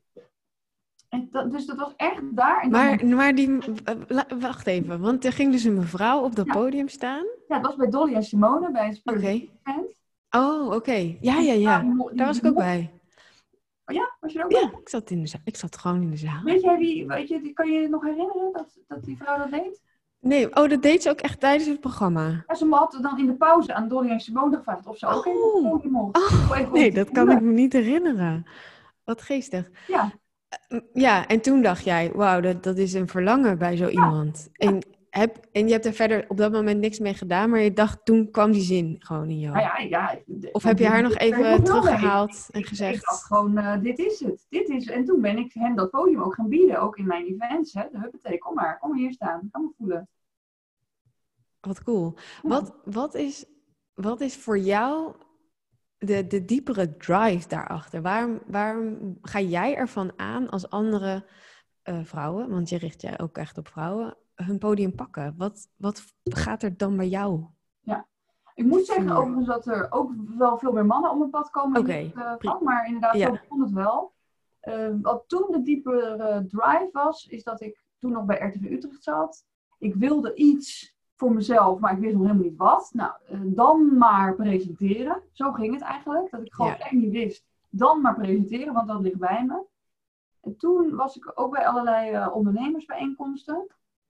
En dat, dus dat was echt daar. En maar, dan... maar die, uh, wacht even. Want er ging dus een mevrouw op dat ja. podium staan. Ja, dat was bij Dolly en Simone. Bij een Spirit event. Oh, oké. Okay. Ja, ja, ja. Die, die, daar was ik ook bij. Oh ja? Was je er ook ja, bij? ik zat, in de zaal. ik zat gewoon in de zaal. Weet jij wie, weet je, kan je je nog herinneren dat, dat die vrouw dat deed? Nee, oh, dat deed ze ook echt tijdens het programma. Ja, ze had dan in de pauze aan Dolly en Simone gevraagd of ze ook oh. even op het podium mocht. Oh, nee, dat kan ik me niet herinneren. Wat geestig. Ja. Uh, ja, en toen dacht jij, wauw, dat, dat is een verlangen bij zo ja. iemand. Ja. En, heb, en je hebt er verder op dat moment niks mee gedaan, maar je dacht, toen kwam die zin gewoon in jou. Nou ja, ja, de, of heb je haar nog even teruggehaald en gezegd? Ik dacht gewoon, uh, dit is het. Dit is, en toen ben ik hem dat podium ook gaan bieden, ook in mijn events. Hè. De huppatee, kom maar, kom maar hier staan. Kan me voelen. Wat cool. Ja. Wat, wat, is, wat is voor jou de, de diepere drive daarachter? Waarom, waarom ga jij ervan aan als andere uh, vrouwen, want je richt je ook echt op vrouwen, hun podium pakken? Wat, wat gaat er dan bij jou? Ja, ik moet zeggen overigens dat er ook wel veel meer mannen om het pad komen okay. in het uh, vak, maar inderdaad, ja. zo begon het wel. Uh, wat toen de diepere drive was, is dat ik toen nog bij R T V Utrecht zat. Ik wilde iets voor mezelf, maar ik wist nog helemaal niet wat. Nou, uh, dan maar presenteren. Zo ging het eigenlijk. Dat ik gewoon ja. echt niet wist. Dan maar presenteren, want dat ligt bij me. En toen was ik ook bij allerlei uh, ondernemersbijeenkomsten.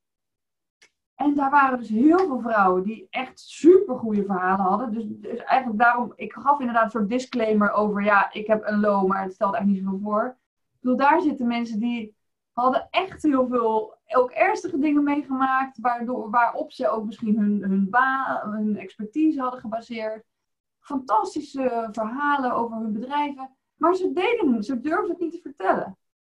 En daar waren dus heel veel vrouwen die echt super goede verhalen hadden. Dus, dus eigenlijk daarom, ik gaf inderdaad een soort disclaimer over, ja, ik heb een low, maar het stelt echt niet zoveel voor. Ik bedoel, daar zitten mensen die hadden echt heel veel, ook ernstige dingen meegemaakt, waardoor, waarop ze ook misschien hun, hun baan, hun expertise hadden gebaseerd. Fantastische verhalen over hun bedrijven, maar ze deden het, ze durfden het niet te vertellen.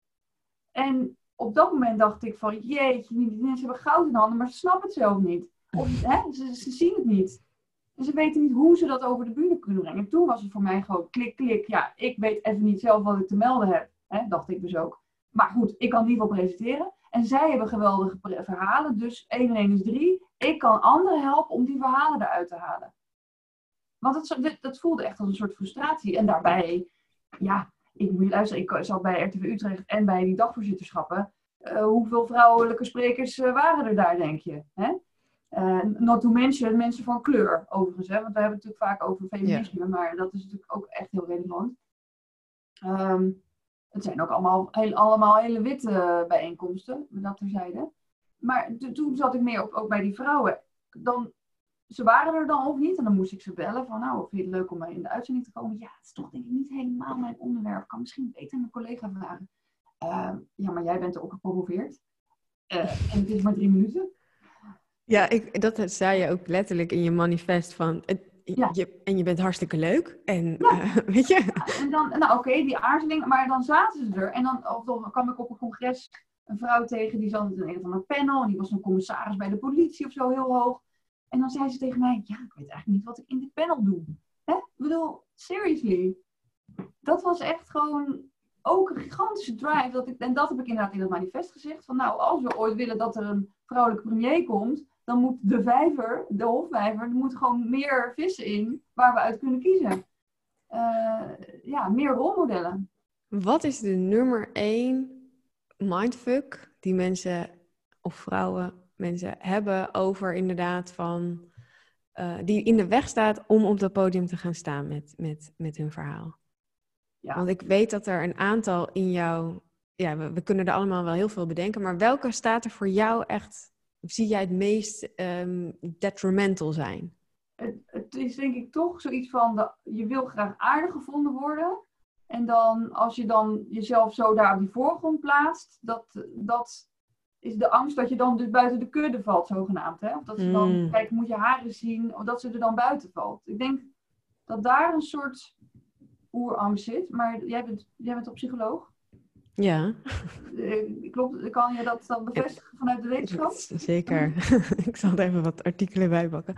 En op dat moment dacht ik van, jeetje, die mensen hebben goud in handen, maar ze snappen het zelf niet. Of hè, ze, ze zien het niet. En ze weten niet hoe ze dat over de bühne kunnen brengen. En toen was het voor mij gewoon klik, klik. Ja, ik weet even niet zelf wat ik te melden heb. Hè, dacht ik dus ook. Maar goed, ik kan in ieder geval presenteren. En zij hebben geweldige pre- verhalen. Dus één en één is drie. Ik kan anderen helpen om die verhalen eruit te halen. Want het, dat voelde echt als een soort frustratie. En daarbij, ja, ik moet je luisteren. Ik zat bij R T V Utrecht en bij die dagvoorzitterschappen. Uh, hoeveel vrouwelijke sprekers uh, waren er daar, denk je? Hè? Uh, not to mention mensen van kleur, overigens. Hè? Want we hebben het natuurlijk vaak over feminisme. Ja. Maar dat is natuurlijk ook echt heel relevant. Um, het zijn ook allemaal, heel, allemaal hele witte bijeenkomsten. Dat terzijde. Maar t- toen zat ik meer op, ook bij die vrouwen. Dan ze waren er dan of niet. En dan moest ik ze bellen van, nou, vind je het leuk om in de uitzending te komen? Ja, het is toch denk ik niet helemaal mijn onderwerp. Ik kan misschien beter mijn collega vragen. Uh, ja, maar jij bent er ook gepromoveerd. Uh, en het is maar drie minuten. Ja, ik, dat zei je ook letterlijk in je manifest van... Het, ja. je, en je bent hartstikke leuk. En ja. uh, weet je... Ja, en dan, nou oké, okay, die aarzeling. Maar dan zaten ze er. En dan, of dan kwam ik op een congres een vrouw tegen. Die zat in een van een panel. En die was een commissaris bij de politie of zo, heel hoog. En dan zei ze tegen mij... Ja, ik weet eigenlijk niet wat ik in dit panel doe. Hè? Ik bedoel, seriously. Dat was echt gewoon... ook een gigantische drive. Dat ik, en dat heb ik inderdaad in het manifest gezegd. Van nou, als we ooit willen dat er een vrouwelijke premier komt... dan moet de vijver, de hofvijver... er moet gewoon meer vissen in... waar we uit kunnen kiezen. Uh, ja, meer rolmodellen. Wat is de nummer één mindfuck... die mensen of vrouwen, mensen hebben over inderdaad van... Uh, die in de weg staat om op dat podium te gaan staan met, met, met hun verhaal? Ja. Want ik weet dat er een aantal in jou... Ja, we, we kunnen er allemaal wel heel veel bedenken. Maar welke staat er voor jou echt... zie jij het meest um, detrimental zijn? Het, het is denk ik toch zoiets van... De, je wil graag aardig gevonden worden. En dan als je dan jezelf zo daar op die voorgrond plaatst... Dat, dat is de angst dat je dan dus buiten de kudde valt, zogenaamd. Hè? Of dat ze dan... Mm. Kijk, moet je haren zien... Of dat ze er dan buiten valt. Ik denk dat daar een soort... oerangst zit, maar jij bent, jij bent toch psycholoog? Ja. Klopt, kan je dat dan bevestigen vanuit de wetenschap? Zeker. Ik zal er even wat artikelen bij pakken.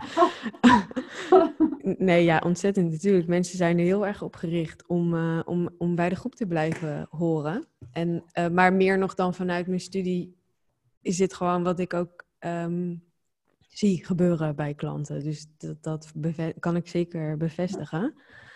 Nee, ja, ontzettend natuurlijk. Mensen zijn er heel erg op gericht om, uh, om, om bij de groep te blijven horen. En, uh, maar meer nog dan vanuit mijn studie is dit gewoon wat ik ook um, zie gebeuren bij klanten. Dus dat, dat beve- kan ik zeker bevestigen.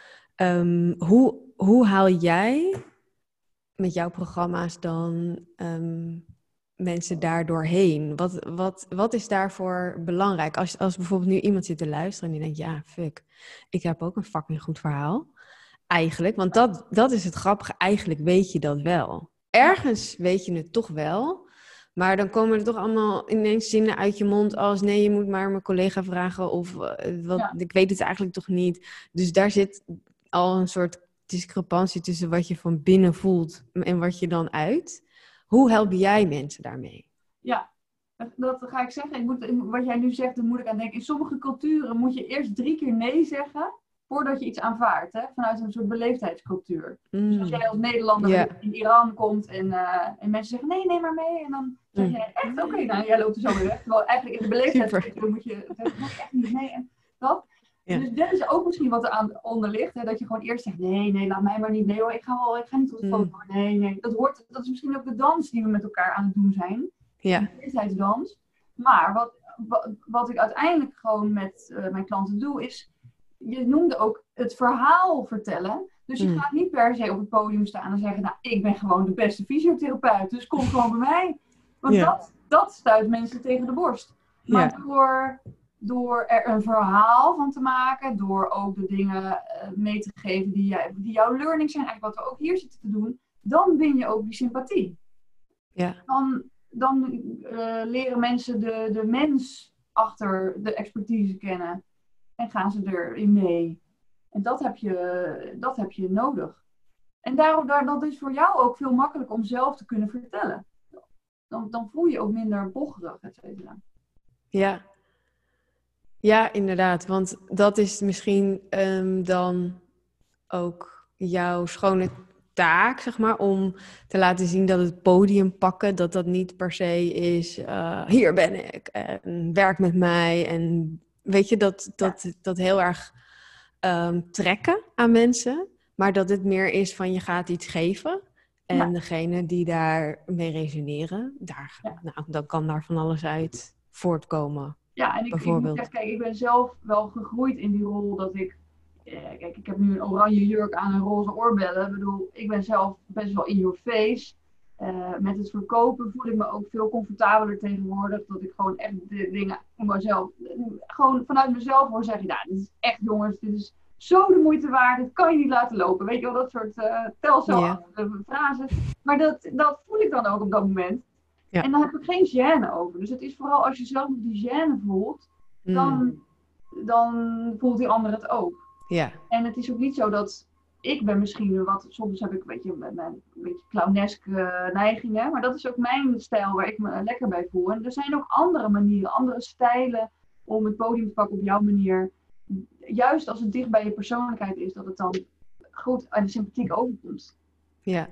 Um, hoe, hoe haal jij met jouw programma's dan um, mensen daar doorheen? Wat, wat, wat is daarvoor belangrijk? Als, als bijvoorbeeld nu iemand zit te luisteren en die denkt... ja, fuck, ik heb ook een fucking goed verhaal. Eigenlijk, want dat, dat is het grappige. Eigenlijk weet je dat wel. Ergens weet je het toch wel... Maar dan komen er toch allemaal ineens zinnen uit je mond als... nee, je moet maar mijn collega vragen of... Uh, wat, ja. Ik weet het eigenlijk toch niet. Dus daar zit al een soort discrepantie tussen wat je van binnen voelt... en wat je dan uit. Hoe help jij mensen daarmee? Ja, dat ga ik zeggen. Ik moet, wat jij nu zegt, daar moet ik aan denken. In sommige culturen moet je eerst drie keer nee zeggen... voordat je iets aanvaardt, hè? Vanuit een soort beleefdheidscultuur. Mm. Dus als jij als Nederlander yeah. in Iran komt en, uh, en mensen zeggen nee, neem maar mee. En dan zeg jij echt, oké, okay, nou jij loopt er zo weer weg. Terwijl eigenlijk in de beleefdheidscultuur moet je zeggen, mag echt niet mee. En dat. Ja. Dus dat is ook misschien wat er aan onder ligt. Hè? Dat je gewoon eerst zegt, nee, nee, laat mij maar niet. Nee hoor, ik ga, wel, ik ga niet tot de foto. Mm. Nee, nee. Dat, hoort, dat is misschien ook de dans die we met elkaar aan het doen zijn. Ja. De beleefdheidsdans. Maar wat, wat, wat ik uiteindelijk gewoon met uh, mijn klanten doe, is... Je noemde ook het verhaal vertellen. Dus je mm. gaat niet per se op het podium staan en zeggen... nou, ik ben gewoon de beste fysiotherapeut, dus kom gewoon bij mij. Want ja. dat, dat stuit mensen tegen de borst. Maar ja. door, door er een verhaal van te maken... door ook de dingen uh, mee te geven die, jij, die jouw learning zijn... eigenlijk wat we ook hier zitten te doen... dan win je ook die sympathie. Ja. Dan, dan uh, leren mensen de, de mens achter de expertise kennen... En gaan ze erin mee. En dat heb je, dat heb je nodig. En daarom, daar, dat is voor jou ook veel makkelijker om zelf te kunnen vertellen. Dan, dan voel je ook minder bocherig, et cetera. Ja. Ja, inderdaad. Want dat is misschien um, dan ook jouw schone taak, zeg maar, om te laten zien dat het podium pakken, dat dat niet per se is, uh, hier ben ik, en werk met mij, en weet je, dat, dat, ja. dat heel erg um, trekken aan mensen. Maar dat het meer is van je gaat iets geven. En ja. degene die daarmee resoneren, daar, ja. nou, dan kan daar van alles uit voortkomen. Ja, en ik, ik moet echt kijken, ik ben zelf wel gegroeid in die rol dat ik... Eh, kijk, ik heb nu een oranje jurk aan en roze oorbellen. Ik bedoel, ik ben zelf best wel in your face. Uh, met het verkopen voel ik me ook veel comfortabeler tegenwoordig. Dat ik gewoon echt de dingen voor mezelf, gewoon vanuit mezelf hoor zeggen, nou, dit is echt jongens, dit is zo de moeite waard, dit kan je niet laten lopen. Weet je wel, dat soort uh, tel zo yeah. af, frases. Maar dat, dat voel ik dan ook op dat moment. Ja. En dan heb ik geen gêne over. Dus het is vooral als je zelf nog die gêne voelt, dan, mm. dan voelt die ander het ook. Ja. En het is ook niet zo dat ik ben misschien wat, soms heb ik een beetje, een beetje clowneske neigingen, maar dat is ook mijn stijl waar ik me lekker bij voel. En er zijn ook andere manieren, andere stijlen om het podium te pakken op jouw manier. Juist als het dicht bij je persoonlijkheid is, dat het dan goed en sympathiek overkomt. Ja.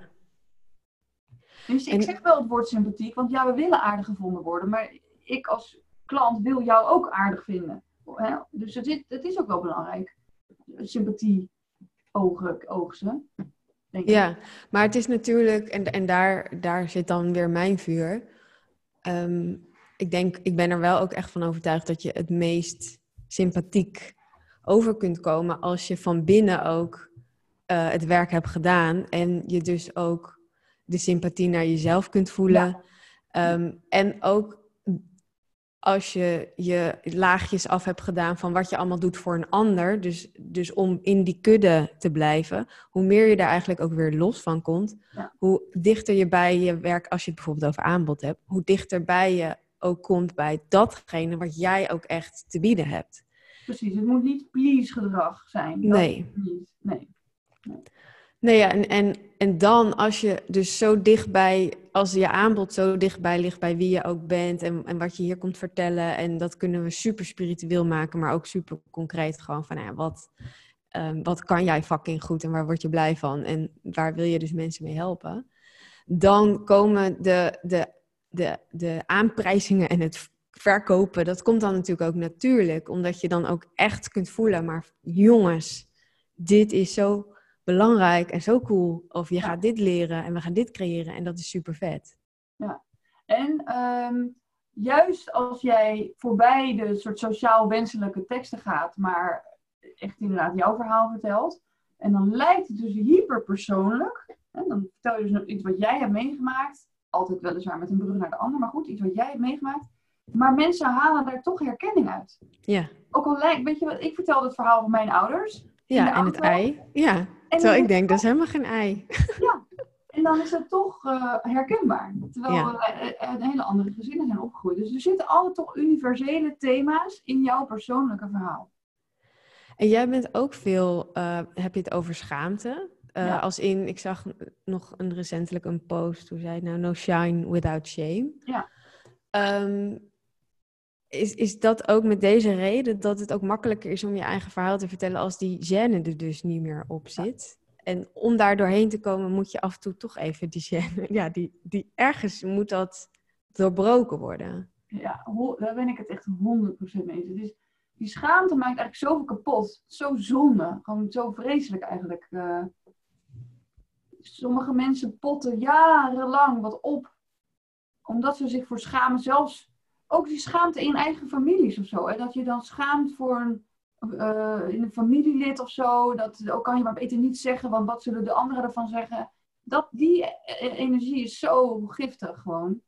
Dus ik En... zeg wel het woord sympathiek, want ja, we willen aardig gevonden worden, maar ik als klant wil jou ook aardig vinden. Hè? Dus het is, het is ook wel belangrijk. Sympathie ogen, oogsten. Denk ik. Ja, maar het is natuurlijk, en, en daar, daar zit dan weer mijn vuur. Um, ik denk, ik ben er wel ook echt van overtuigd dat je het meest sympathiek over kunt komen als je van binnen ook uh, het werk hebt gedaan en je dus ook de sympathie naar jezelf kunt voelen. Ja. Um, en ook als je je laagjes af hebt gedaan van wat je allemaal doet voor een ander, dus, dus om in die kudde te blijven, hoe meer je daar eigenlijk ook weer los van komt, ja. hoe dichter je bij je werk, als je het bijvoorbeeld over aanbod hebt, hoe dichterbij je ook komt bij datgene wat jij ook echt te bieden hebt. Precies, het moet niet please gedrag zijn. Nee. Niet. Nee. Nee. Nee, ja, en, en, en dan als je dus zo dichtbij, als je aanbod zo dichtbij ligt bij wie je ook bent en, en wat je hier komt vertellen, en dat kunnen we super spiritueel maken, maar ook super concreet gewoon van, nou ja, wat, um, wat kan jij fucking goed en waar word je blij van en waar wil je dus mensen mee helpen? Dan komen de, de, de, de aanprijzingen en het verkopen, dat komt dan natuurlijk ook natuurlijk, omdat je dan ook echt kunt voelen, maar jongens, dit is zo belangrijk en zo cool. Of je ja. gaat dit leren en we gaan dit creëren en dat is super vet. Ja, en um, juist als jij voorbij de soort sociaal wenselijke teksten gaat, maar echt inderdaad jouw verhaal vertelt, en dan lijkt het dus hyperpersoonlijk, en dan vertel je dus nog iets wat jij hebt meegemaakt, altijd weliswaar met een brug naar de ander, maar goed, iets wat jij hebt meegemaakt, maar mensen halen daar toch herkenning uit. Ja. Ook al lijkt, weet je wat, ik vertelde het verhaal van mijn ouders. Ja, en het ei. Ja, en terwijl ik denk, dat is helemaal geen ei. Ja, en dan is het toch uh, herkenbaar. Terwijl ja. we uh, een hele andere gezinnen zijn opgegroeid. Dus er zitten altijd toch universele thema's in jouw persoonlijke verhaal. En jij bent ook veel, uh, heb je het over schaamte? Uh, ja. Als in, ik zag nog een recentelijk een post, hoe zei het nou, no shine without shame. Ja. Um, Is, is dat ook met deze reden dat het ook makkelijker is om je eigen verhaal te vertellen als die gêne er dus niet meer op zit? Ja. En om daar doorheen te komen moet je af en toe toch even die gêne, ja, die, die ergens moet dat doorbroken worden. Ja, ho- daar ben ik het echt honderd procent mee eens. Het is, die schaamte maakt eigenlijk zoveel kapot. Zo zonde. Gewoon zo vreselijk eigenlijk. Uh, sommige mensen potten jarenlang wat op. Omdat ze zich voor schamen, zelfs ook die schaamte in eigen families of zo. Hè? Dat je dan schaamt voor een, uh, in een familielid of zo. Dat ook kan je maar beter niet zeggen, want wat zullen de anderen ervan zeggen? Dat, die energie is zo giftig gewoon.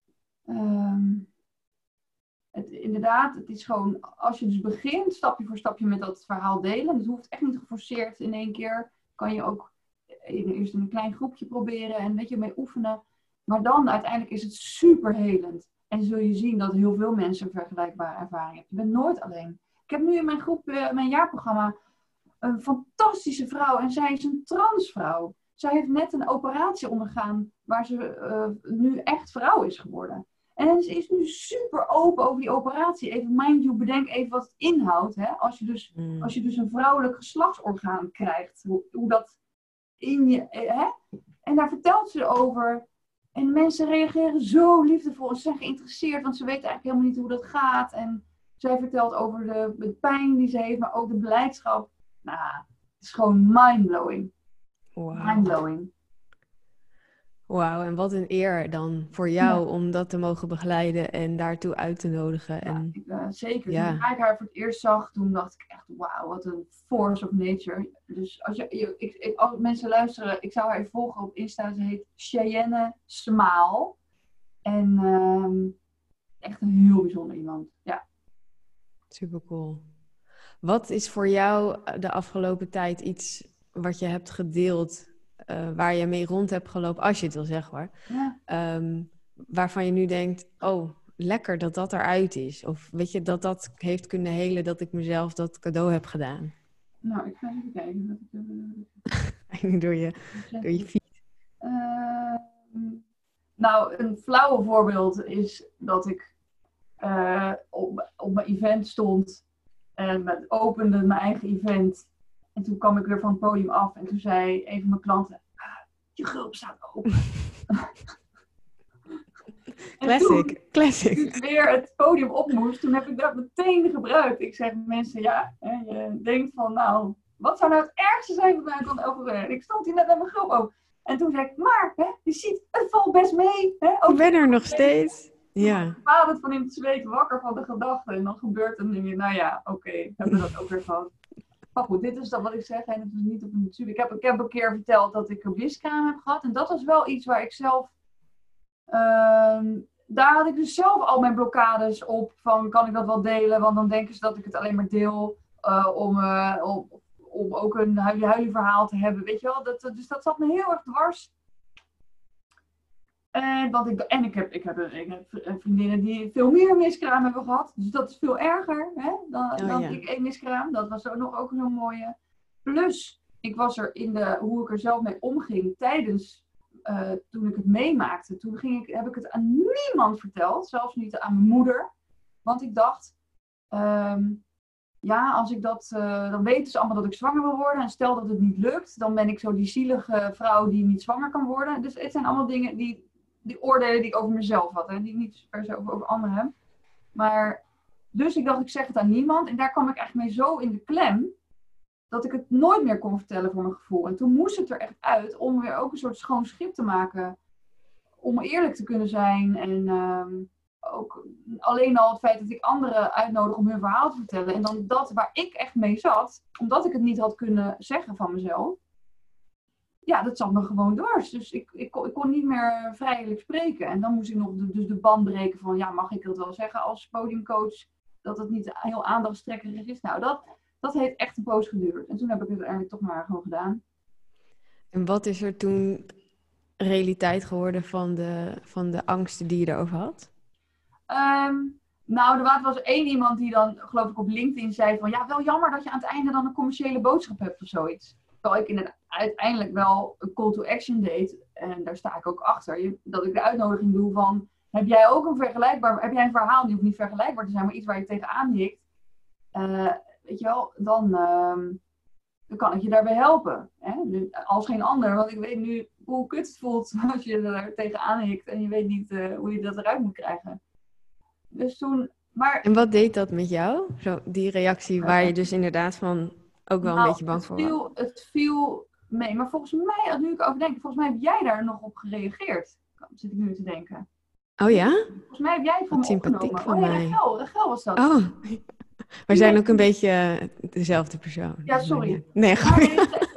Um, het, inderdaad, het is gewoon, als je dus begint, stapje voor stapje met dat verhaal delen. Het hoeft echt niet geforceerd in één keer. Kan je ook eerst in een klein groepje proberen en een beetje mee oefenen. Maar dan uiteindelijk is het super helend. En zul je zien dat heel veel mensen een vergelijkbare ervaring hebben. Je bent nooit alleen. Ik heb nu in mijn groep, uh, mijn jaarprogramma, een fantastische vrouw. En zij is een transvrouw. Zij heeft net een operatie ondergaan waar ze uh, nu echt vrouw is geworden. En ze is nu super open over die operatie. Even mind you, bedenk even wat het inhoudt. Hè? Als, je dus, mm. als je dus een vrouwelijk geslachtsorgaan krijgt. Hoe, hoe dat in je... Hè? En daar vertelt ze over. En mensen reageren zo liefdevol. Ze zijn geïnteresseerd, want ze weten eigenlijk helemaal niet hoe dat gaat. En zij vertelt over de, de pijn die ze heeft, maar ook de blijdschap. Nou, het is gewoon mindblowing. Wow. Mindblowing. Wauw, en wat een eer dan voor jou ja. om dat te mogen begeleiden en daartoe uit te nodigen. Ja, en... ik, uh, zeker. Ja. Toen ik haar voor het eerst zag, toen dacht ik echt, wauw, wat een force of nature. Dus als, je, je, ik, ik, als mensen luisteren, ik zou haar even volgen op Insta. Ze heet Cheyenne Smaal. En uh, echt een heel bijzonder iemand. Ja. Super cool. Wat is voor jou de afgelopen tijd iets wat je hebt gedeeld, uh, waar je mee rond hebt gelopen, als je het wil zeggen hoor, ja. um, waarvan je nu denkt, oh, lekker dat dat eruit is. Of weet je, dat dat heeft kunnen helen dat ik mezelf dat cadeau heb gedaan. Nou, ik ga even kijken. Wat ik, uh, door je, door je fiets. Uh, nou, een flauwe voorbeeld is dat ik uh, op, op mijn event stond en met, opende mijn eigen event. En toen kwam ik weer van het podium af en toen zei een van mijn klanten, ah, je gulp staat open. Classic, toen, classic. Toen ik weer het podium op moest, toen heb ik dat meteen gebruikt. Ik zeg mensen, ja, hè, je denkt van, nou, wat zou nou het ergste zijn wat mij kan overkomen? Ik stond hier net met mijn gulp open. En toen zei ik, maar, hè, je ziet, het valt best mee. Hè? Ik ben er nog steeds. Ja. Ik baad het van in het zweet wakker van de gedachten. En dan gebeurt het en denk je, nou ja, oké, okay, hebben we dat ook weer gehad. Maar goed, dit is dan wat ik zeg. En het is niet op een natuurlijk. Ik heb, ik heb een keer verteld dat ik een bliskraam heb gehad. En dat was wel iets waar ik zelf... Uh, daar had ik dus zelf al mijn blokkades op. Van, kan ik dat wel delen? Want dan denken ze dat ik het alleen maar deel. Uh, om, uh, om, om ook een huilie-huilie verhaal te hebben. Weet je wel? Dat, dus dat zat me heel erg dwars. En, want ik, en ik, heb, ik, heb, ik heb vriendinnen die veel meer miskraam hebben gehad. Dus dat is veel erger hè, dan, oh, dan ja. ik één miskraam. Dat was ook nog ook zo'n mooie. Plus, ik was er in de, hoe ik er zelf mee omging tijdens, uh, toen ik het meemaakte. Toen ging ik, heb ik het aan niemand verteld. Zelfs niet aan mijn moeder. Want ik dacht, um, ja, als ik dat, uh, dan weten ze allemaal dat ik zwanger wil worden. En stel dat het niet lukt, dan ben ik zo die zielige vrouw die niet zwanger kan worden. Dus het zijn allemaal dingen die... Die oordelen die ik over mezelf had. Hè? Die ik niet per se over, over anderen heb. Maar, dus ik dacht, ik zeg het aan niemand. En daar kwam ik eigenlijk mee zo in de klem. Dat ik het nooit meer kon vertellen voor mijn gevoel. En toen moest het er echt uit. Om weer ook een soort schoon schip te maken. Om eerlijk te kunnen zijn. En um, ook alleen al het feit dat ik anderen uitnodig om hun verhaal te vertellen. En dan dat waar ik echt mee zat. Omdat ik het niet had kunnen zeggen van mezelf. Ja, dat zat me gewoon dwars. Dus ik, ik, kon, ik kon niet meer vrijelijk spreken. En dan moest ik nog de, dus de band breken van... ja, mag ik dat wel zeggen als podiumcoach? Dat het niet heel aandachtstrekkerig is. Nou, dat, dat heeft echt een poos geduurd. En toen heb ik het uiteindelijk toch maar gewoon gedaan. En wat is er toen realiteit geworden van de, van de angsten die je erover had? Um, nou, er was één iemand die dan, geloof ik, op LinkedIn zei van... ja, wel jammer dat je aan het einde dan een commerciële boodschap hebt of zoiets. Terwijl ik inderdaad uiteindelijk wel een call to action deed. En daar sta ik ook achter. Dat ik de uitnodiging doe van... Heb jij ook een vergelijkbaar... Heb jij een verhaal die hoeft niet vergelijkbaar te zijn... maar iets waar je tegenaan hikt. Uh, weet je wel, dan, uh, dan kan ik je daarbij helpen. Hè? Als geen ander. Want ik weet nu hoe kut het voelt... als je er tegenaan hikt... en je weet niet uh, hoe je dat eruit moet krijgen. Dus toen... Maar, en wat deed dat met jou? Zo, die reactie waar je dus inderdaad van... ook wel nou, een beetje bang voor viel, het viel mee. Maar volgens mij, nu ik over denk, volgens mij heb jij daar nog op gereageerd. Zit ik nu te denken. Oh ja? Volgens mij heb jij het van Wat me opgenomen. van oh ja, mij. Rachel, Rachel was dat. Oh, we zijn nee. ook een beetje dezelfde persoon. Ja, sorry. Nee, gewoon.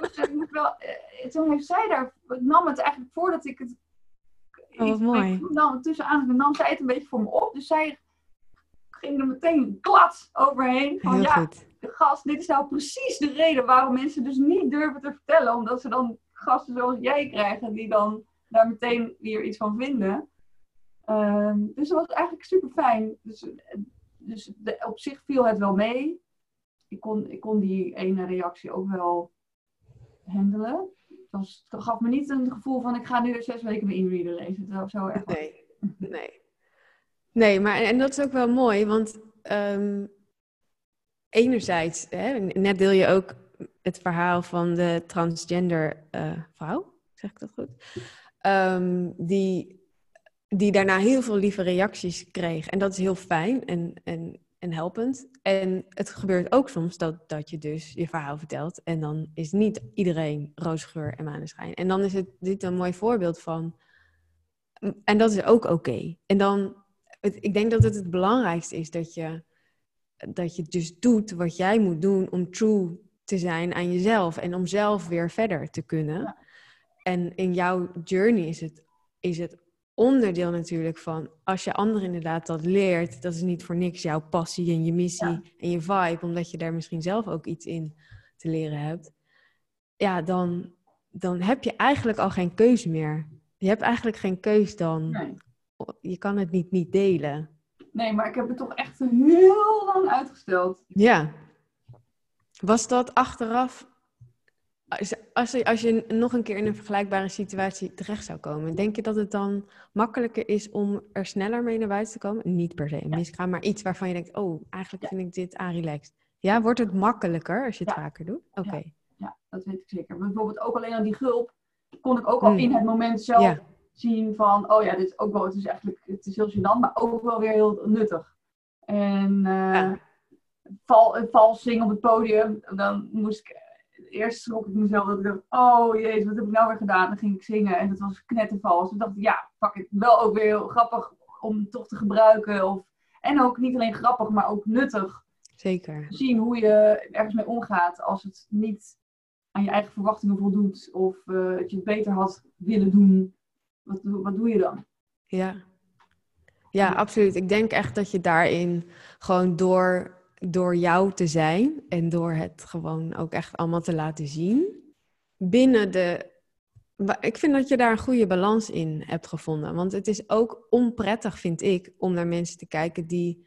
Toen heeft zij daar, ik nam het eigenlijk voordat ik het... Oh, wat mooi. Nam, tussenaan nam zij het een beetje voor me op. Dus zij ging er meteen klats overheen. Van, Heel ja, goed. Gast, dit is nou precies de reden waarom mensen dus niet durven te vertellen. Omdat ze dan gasten zoals jij krijgen, die dan daar meteen weer iets van vinden. Um, dus dat was eigenlijk super fijn. Dus, dus de, op zich viel het wel mee. Ik kon, ik kon die ene reactie ook wel handelen. Het, was, het gaf me niet een gevoel van ik ga nu zes weken mijn e-reader lezen. Dat was zo erg. Nee, nee. Nee, maar en dat is ook wel mooi, want... Um... Enerzijds, hè, net deel je ook het verhaal van de transgender uh, vrouw, zeg ik dat goed? Um, die, die daarna heel veel lieve reacties kreeg. En dat is heel fijn en, en, en helpend. En het gebeurt ook soms dat, dat je dus je verhaal vertelt. En dan is niet iedereen roosgeur en maneschijn. En dan is het dit een mooi voorbeeld van... En dat is ook oké. Okay. En dan, het, ik denk dat het het belangrijkste is dat je... dat je dus doet wat jij moet doen om true te zijn aan jezelf. En om zelf weer verder te kunnen. Ja. En in jouw journey is het, is het onderdeel natuurlijk van... als je anderen inderdaad dat leert... dat is niet voor niks jouw passie en je missie ja. en je vibe... omdat je daar misschien zelf ook iets in te leren hebt. Ja, dan, dan heb je eigenlijk al geen keus meer. Je hebt eigenlijk geen keus dan. Nee. Je kan het niet niet delen. Nee, maar ik heb het toch echt heel lang uitgesteld. Ja. Was dat achteraf, als, als, je, als je nog een keer in een vergelijkbare situatie terecht zou komen, denk je dat het dan makkelijker is om er sneller mee naar buiten te komen? Niet per se een Ja. miskraam, maar iets waarvan je denkt, oh, eigenlijk Ja. vind ik dit aanrelaxed. Ja, wordt het makkelijker als je het Ja. vaker doet? Oké. Okay. Ja. Ja, dat weet ik zeker. Bijvoorbeeld ook alleen aan die gulp kon ik ook Hmm. al in het moment zelf Ja. zien van, oh ja, dit is ook wel, het is eigenlijk, het is heel gênant, maar ook wel weer heel nuttig. En uh, Ja. val, vals zingen op het podium, dan moest ik, eerst schrok ik mezelf dat ik dacht, oh jezus, wat heb ik nou weer gedaan? Dan ging ik zingen en dat was knettervals. Toen dacht ik, ja, fuck it, wel ook weer heel grappig om toch te gebruiken. Of, en ook niet alleen grappig, maar ook nuttig. Zeker. Zien hoe je ergens mee omgaat als het niet aan je eigen verwachtingen voldoet. Of uh, dat je het beter had willen doen. Wat, wat doe je dan? Ja. Ja, absoluut. Ik denk echt dat je daarin gewoon door, door jou te zijn en door het gewoon ook echt allemaal te laten zien, binnen de... Ik vind dat je daar een goede balans in hebt gevonden. Want het is ook onprettig, vind ik, om naar mensen te kijken die,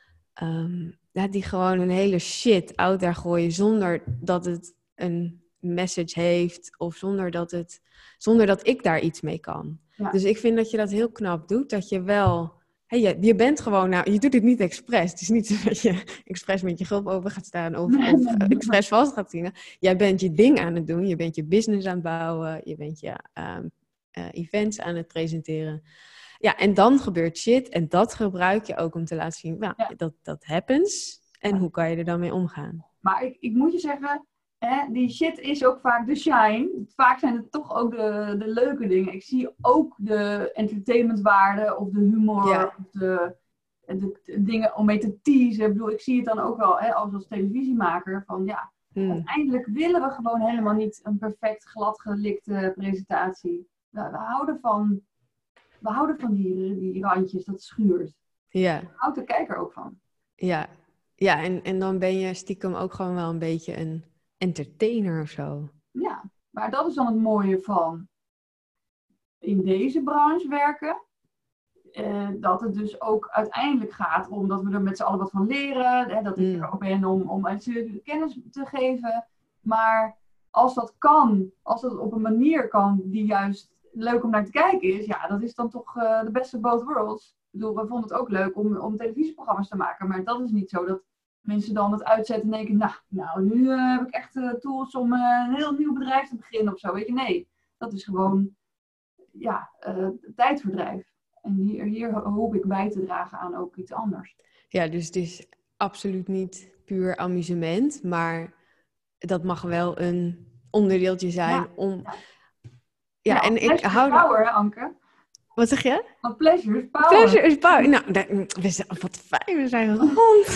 um, ja, die gewoon een hele shit out daar gooien zonder dat het een message heeft of zonder dat, het, zonder dat ik daar iets mee kan. Ja. Dus ik vind dat je dat heel knap doet, dat je wel... Hey, je, je bent gewoon, nou, je doet het niet expres. Het is niet zo dat je expres met je gulp open gaat staan of, of uh, expres vast gaat zingen. Jij bent je ding aan het doen, je bent je business aan het bouwen, je bent je um, uh, events aan het presenteren. Ja, en dan gebeurt shit en dat gebruik je ook om te laten zien, nou, ja. dat, dat happens en ja. hoe kan je er dan mee omgaan? Maar ik, ik moet je zeggen, hè, die shit is ook vaak de shine. Vaak zijn het toch ook de, de leuke dingen. Ik zie ook de entertainmentwaarde of de humor ja. of de, de, de dingen om mee te teasen. Ik bedoel, ik zie het dan ook wel hè, als, als televisiemaker van ja, hmm. uiteindelijk willen we gewoon helemaal niet een perfect gladgelikte presentatie. We, we houden van, we houden van die, die randjes, dat schuurt. Ja. Daar houdt de kijker ook van. Ja, ja en, en dan ben je stiekem ook gewoon wel een beetje een entertainer of zo. Ja, maar dat is dan het mooie van in deze branche werken. Uh, dat het dus ook uiteindelijk gaat om dat we er met z'n allen wat van leren. Hè, dat ik mm. er ook ben om, om mensen kennis te geven. Maar als dat kan, als dat op een manier kan die juist leuk om naar te kijken is. Ja, dat is dan toch uh, de beste of both worlds. Ik bedoel, we vonden het ook leuk om, om televisieprogramma's te maken. Maar dat is niet zo dat mensen dan het uitzetten en denken, nou, nou nu uh, heb ik echt uh, tools om uh, een heel nieuw bedrijf te beginnen of zo. Weet je, nee. Dat is gewoon, ja, uh, tijdverdrijf. En hier, hier hoop ik bij te dragen aan ook iets anders. Ja, dus het is absoluut niet puur amusement, maar dat mag wel een onderdeeltje zijn ja, om... Ja, ja nou, en ik hou... power, hè, Anke? Wat zeg je? Want pleasure is power. Pleasure is power. Nou, we zijn, wat fijn, we zijn rond.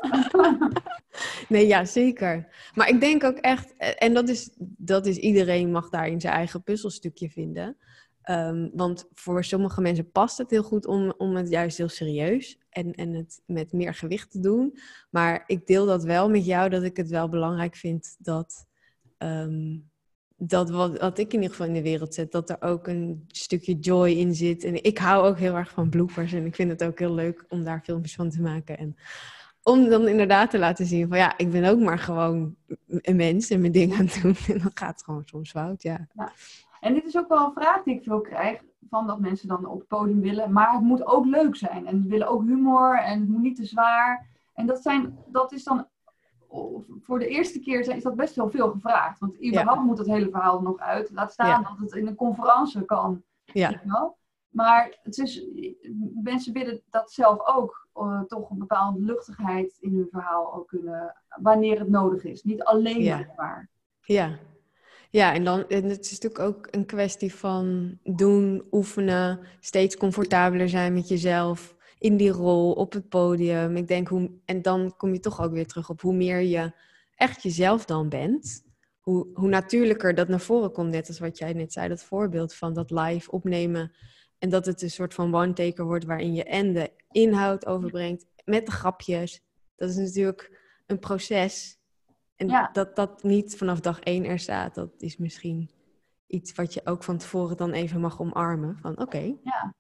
Nee, ja, zeker. Maar ik denk ook echt, en dat is, dat is iedereen mag daarin zijn eigen puzzelstukje vinden. Um, want voor sommige mensen past het heel goed om, om het juist heel serieus en, en het met meer gewicht te doen. Maar ik deel dat wel met jou, dat ik het wel belangrijk vind dat... Um, dat wat, wat ik in ieder geval in de wereld zet, dat er ook een stukje joy in zit. En ik hou ook heel erg van bloopers. En ik vind het ook heel leuk om daar filmpjes van te maken. En om dan inderdaad te laten zien van ja, ik ben ook maar gewoon een mens en mijn ding aan het doen. En dan gaat het gewoon soms fout, ja. ja. En dit is ook wel een vraag die ik veel krijg. Van dat mensen dan op het podium willen. Maar het moet ook leuk zijn. En ze willen ook humor. En het moet niet te zwaar. En dat, zijn, dat is dan... Voor de eerste keer is dat best wel veel gevraagd. Want überhaupt ja. moet het hele verhaal er nog uit. Laat staan ja. dat het in een conferentie kan. Ja. Maar het is, mensen willen dat zelf ook. Uh, toch een bepaalde luchtigheid in hun verhaal ook kunnen. Wanneer het nodig is. Niet alleen ja. maar. Ja. Ja, en dan en het is natuurlijk ook een kwestie van doen, oefenen. Steeds comfortabeler zijn met jezelf. In die rol, op het podium. Ik denk hoe, en dan kom je toch ook weer terug op hoe meer je echt jezelf dan bent. Hoe, hoe natuurlijker dat naar voren komt. Net als wat jij net zei, dat voorbeeld van dat live opnemen. En dat het een soort van one-taker wordt waarin je en de inhoud overbrengt. Met de grapjes. Dat is natuurlijk een proces. En ja. dat dat niet vanaf dag één er staat. Dat is misschien iets wat je ook van tevoren dan even mag omarmen. Van oké. Okay. Ja.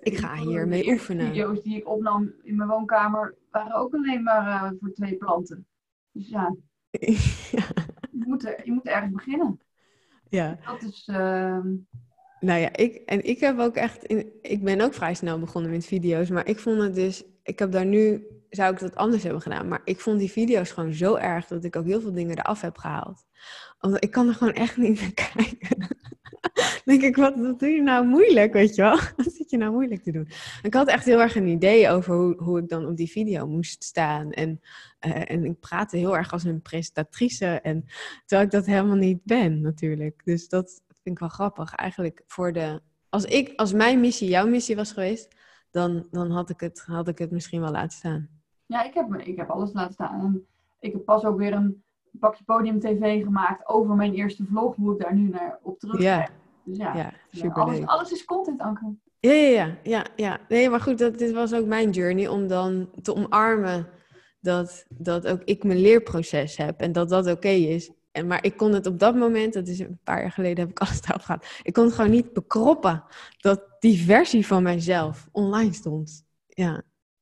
ik ga hiermee de oefenen. video's die ik opnam in mijn woonkamer waren ook alleen maar uh, voor twee planten. Dus ja, ja. Je, moet er, je moet ergens beginnen. Ja. Dat is... Uh... Nou ja, ik, en ik heb ook echt... In, ik ben ook vrij snel begonnen met video's, maar ik vond het dus... Ik heb daar nu... Zou ik dat anders hebben gedaan, maar ik vond die video's gewoon zo erg dat ik ook heel veel dingen eraf heb gehaald. Omdat ik kan er gewoon echt niet naar kijken. Dan denk ik, wat, wat doe je nou moeilijk, weet je wel? Wat zit je nou moeilijk te doen? Ik had echt heel erg een idee over hoe, hoe ik dan op die video moest staan. En, uh, en ik praatte heel erg als een presentatrice. En, terwijl ik dat helemaal niet ben, natuurlijk. Dus dat vind ik wel grappig. Eigenlijk voor de... Als, ik, als mijn missie jouw missie was geweest, dan, dan had, ik het, had ik het misschien wel laten staan. Ja, ik heb, ik heb alles laten staan. En ik heb pas ook weer een pakje Podium T V gemaakt over mijn eerste vlog, hoe ik daar nu naar op terug Ja. Dus ja, ja ja alles, alles is content, Anke. Ja, ja, ja, ja, ja. Nee, maar goed, dat, dit was ook mijn journey om dan te omarmen dat, dat ook ik mijn leerproces heb en dat dat oké okay is. En, maar ik kon het op dat moment, dat is een paar jaar geleden, heb ik alles erop gehad. Ik kon het gewoon niet bekroppen dat die versie van mijzelf online stond. Ja.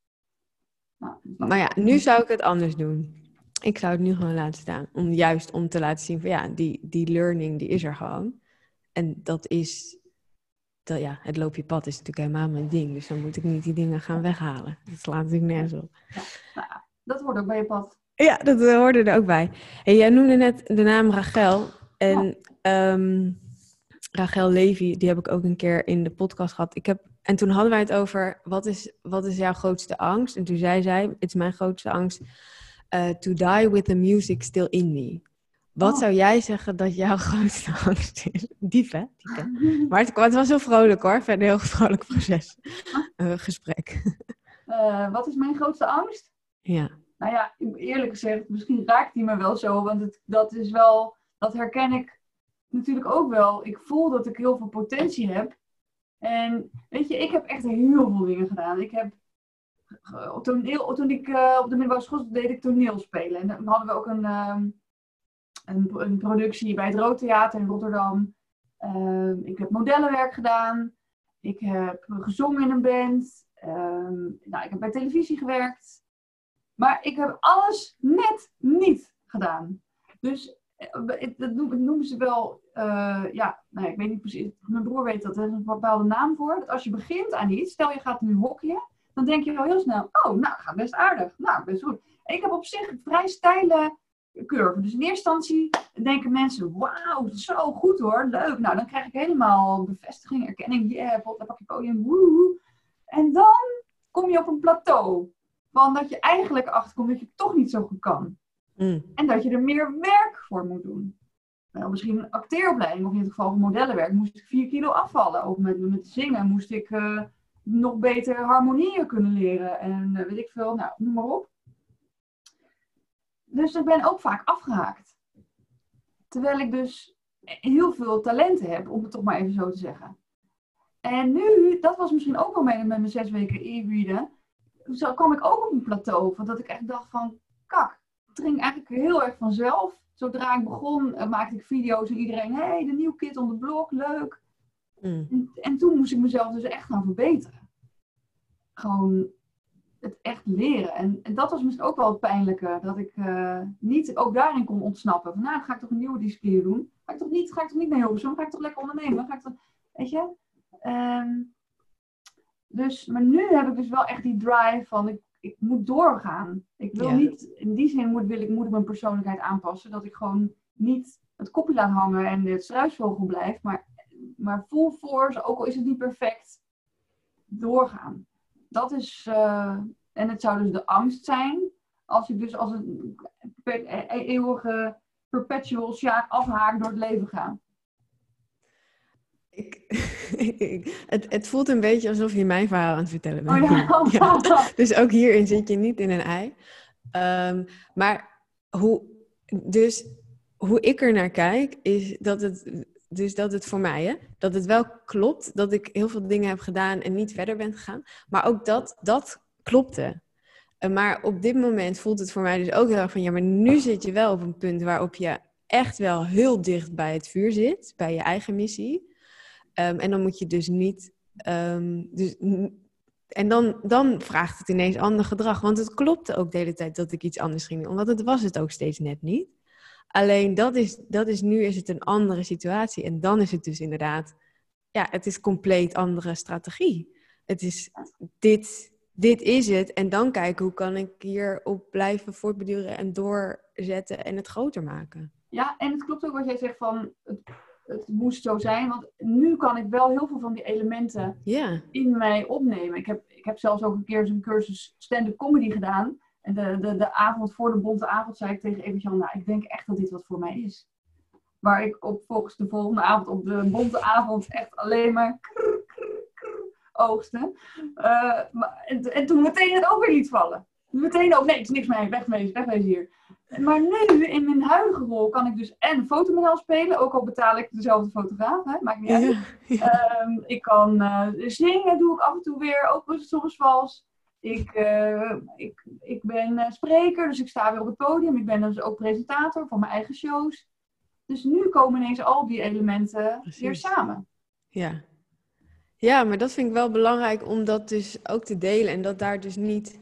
Nou, maar ja, nu zou ik het anders doen. Ik zou het nu gewoon laten staan. Om juist om te laten zien van ja, die, die learning die is er gewoon. En dat is, dat, ja, het loop je pad is natuurlijk helemaal mijn ding. Dus dan moet ik niet die dingen gaan weghalen. Dat slaat natuurlijk nergens op. Ja, nou, dat hoort ook bij je pad. Ja, dat hoorde er ook bij. Hey, jij noemde net de naam Rachel. En ja. um, Rachel Levy, die heb ik ook een keer in de podcast gehad. Ik heb, en toen hadden wij het over, wat is, wat is jouw grootste angst? En toen zei zij, het is mijn grootste angst, uh, to die with the music still in me. Wat oh. zou jij zeggen dat jouw grootste angst is? Diep, hè? Diep, hè? Maar het, het was heel vrolijk, hoor. Verder een heel vrolijk proces. Uh, gesprek. Uh, wat is mijn grootste angst? Ja. Nou ja, eerlijk gezegd, misschien raakt die me wel zo. Want het, dat is wel, dat herken ik natuurlijk ook wel. Ik voel dat ik heel veel potentie heb. En weet je, ik heb echt heel veel dingen gedaan. Ik heb toneel, toen ik uh, op de middelbare school deed ik toneel spelen. En dan hadden we ook een... Um, Een, een productie bij het Rood Theater in Rotterdam. Uh, ik heb modellenwerk gedaan. Ik heb gezongen in een band. Uh, nou, ik heb bij televisie gewerkt. Maar ik heb alles net niet gedaan. Dus dat noemen ze wel... Uh, ja, nou, ik weet niet precies. Mijn broer weet dat. Er is een bepaalde naam voor. Dat als je begint aan iets... Stel je gaat nu hockeyen. Dan denk je wel heel snel... Oh, nou, gaat best aardig. Nou, best goed. En ik heb op zich vrij steile... curve. Dus in eerste instantie denken mensen, wauw, zo goed hoor, leuk. Nou, dan krijg ik helemaal bevestiging, erkenning, yeah, dan pak je podium, woehoe. En dan kom je op een plateau van dat je eigenlijk achterkomt dat je het toch niet zo goed kan. Mm. En dat je er meer werk voor moet doen. Nou, misschien een acteeropleiding, of in het geval van modellenwerk, moest ik vier kilo afvallen. Of met, met zingen moest ik uh, nog beter harmonieën kunnen leren. En uh, weet ik veel, nou, noem maar op. Dus ik ben ook vaak afgehaakt. Terwijl ik dus heel veel talenten heb, om het toch maar even zo te zeggen. En nu, dat was misschien ook wel mee met mijn zes weken e-readen. Zo kwam ik ook op een plateau, van dat ik echt dacht van, kak, het ging eigenlijk heel erg vanzelf. Zodra ik begon, uh, maakte ik video's en iedereen, hé, hey, de nieuwe kid on the block, leuk. Mm. En, en toen moest ik mezelf dus echt gaan verbeteren. Gewoon... het echt leren. En, en dat was misschien ook wel het pijnlijke. Dat ik uh, niet ook daarin kon ontsnappen. Van nou, ga ik toch een nieuwe discipline doen. Ga ik toch niet, ga ik toch niet naar Hilversum. Ga ik toch lekker ondernemen. Ga ik toch, weet je. Um, dus, maar nu heb ik dus wel echt die drive van ik, ik moet doorgaan. Ik wil ja. niet, in die zin moet, wil ik, moet ik mijn persoonlijkheid aanpassen. Dat ik gewoon niet het kopje laat hangen en het struisvogel blijf. Maar, maar full force, ook al is het niet perfect, doorgaan. Dat is, uh, en het zou dus de angst zijn, als ik dus als een per, e- eeuwige perpetual sjaak afhaak door het leven ga. Ik, het, het voelt een beetje alsof je mijn verhaal aan het vertellen bent. Oh ja. Ja, dus ook hierin zit je niet in een ei. Um, maar hoe, dus, hoe ik er naar kijk, is dat het... Dus dat het voor mij, hè, dat het wel klopt dat ik heel veel dingen heb gedaan en niet verder ben gegaan. Maar ook dat, dat klopte. Uh, maar op dit moment voelt het voor mij dus ook heel erg van, ja, maar nu zit je wel op een punt waarop je echt wel heel dicht bij het vuur zit, bij je eigen missie. Um, en dan moet je dus niet Um, dus, en dan, dan vraagt het ineens ander gedrag. Want het klopte ook de hele tijd dat ik iets anders ging doen. Omdat het was het ook steeds net niet. Alleen dat is, dat is nu is het een andere situatie. En dan is het dus inderdaad... Ja, het is compleet andere strategie. Het is dit, dit is het. En dan kijken hoe kan ik hierop blijven voortbeduren en doorzetten en het groter maken. Ja, en het klopt ook wat jij zegt van het, het moest zo zijn. Want nu kan ik wel heel veel van die elementen yeah. in mij opnemen. Ik heb, ik heb zelfs ook een keer zo'n cursus stand-up comedy gedaan. En de, de, de avond voor de bonte avond zei ik tegen Evert-Jan, nou, ik denk echt dat dit wat voor mij is. Waar ik op volgens de volgende avond, op de bonte avond, echt alleen maar krr, krr, krr, oogsten. Uh, maar, en, en toen meteen het ook weer liet vallen. Meteen ook, nee, het is niks mee, wegwezen, wegwezen hier. Maar nu, in mijn huidige rol, kan ik dus en fotomodel spelen, ook al betaal ik dezelfde fotograaf, hè? Maakt niet uit. Ja, ja. Um, ik kan uh, zingen, doe ik af en toe weer, ook soms vals. Ik, uh, ik, ik ben uh, spreker, dus ik sta weer op het podium. Ik ben dus ook presentator van mijn eigen shows. Dus nu komen ineens al die elementen Precies. weer samen. Ja. Ja, maar dat vind ik wel belangrijk om dat dus ook te delen. En dat daar dus niet...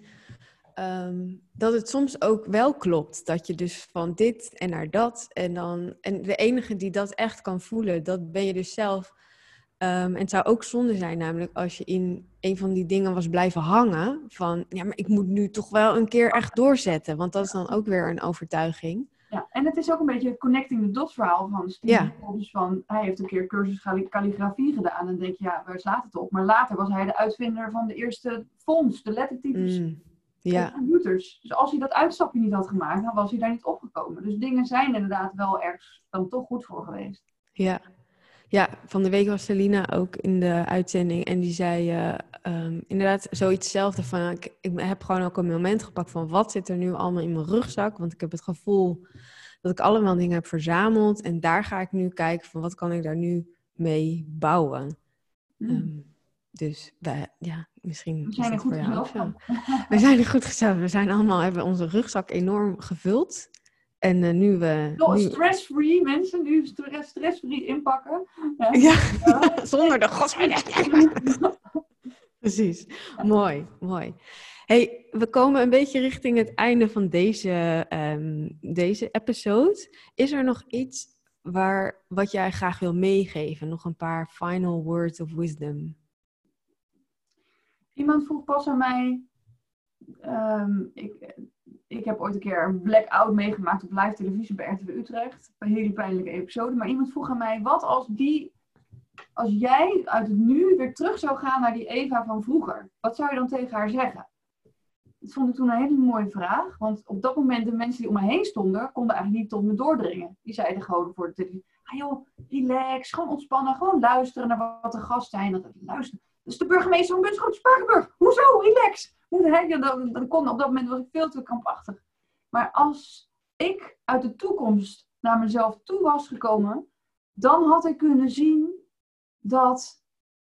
Um, dat het soms ook wel klopt. Dat je dus van dit en naar dat. En, dan, en de enige die dat echt kan voelen, dat ben je dus zelf. Um, en het zou ook zonde zijn namelijk als je in een van die dingen was blijven hangen. Van, ja, maar ik moet nu toch wel een keer echt doorzetten. Want dat is dan ook weer een overtuiging. Ja, en het is ook een beetje het connecting the dots verhaal van Steve. Ja. Dus van, hij heeft een keer cursus kalligrafie gedaan. En dan denk je, ja, waar slaat het op? Maar later was hij de uitvinder van de eerste fonts, de lettertypes. Mm. Ja. Computers. Dus als hij dat uitstapje niet had gemaakt, dan was hij daar niet opgekomen. Dus dingen zijn inderdaad wel ergens dan toch goed voor geweest. Ja, ja, van de week was Selina ook in de uitzending en die zei uh, um, inderdaad zoiets hetzelfde van, ik, ik heb gewoon ook een moment gepakt van wat zit er nu allemaal in mijn rugzak, want ik heb het gevoel dat ik allemaal dingen heb verzameld en daar ga ik nu kijken van wat kan ik daar nu mee bouwen. Mm. Um, dus wij, ja, misschien we zijn er goed gezeld. We zijn er goed gezeld. We zijn allemaal, hebben onze rugzak enorm gevuld. En uh, nu we... No, nu... stress-free mensen, nu stress, stress-free inpakken. Ja, ja. Ja. Zonder de godsdienst. Precies, mooi, mooi. Hey, we komen een beetje richting het einde van deze, um, deze episode. Is er nog iets waar, wat jij graag wil meegeven? Nog een paar final words of wisdom? Iemand vroeg pas aan mij, um, ik, ik heb ooit een keer een blackout meegemaakt op live televisie bij R T V Utrecht. Een hele pijnlijke episode. Maar iemand vroeg aan mij, wat als, die, als jij uit het nu weer terug zou gaan naar die Eva van vroeger? Wat zou je dan tegen haar zeggen? Dat vond ik toen een hele mooie vraag. Want op dat moment de mensen die om me heen stonden, konden eigenlijk niet tot me doordringen. Die zeiden gewoon voor de televisie, ah joh, relax, gewoon ontspannen, gewoon luisteren naar wat de gasten zijn. Dat luisteren. Dus de burgemeester van Bunschoten Spakenburg. Hoezo? Relax. Ja, dan, dan kon, op dat moment was ik veel te krampachtig. Maar als ik uit de toekomst naar mezelf toe was gekomen, dan had ik kunnen zien dat,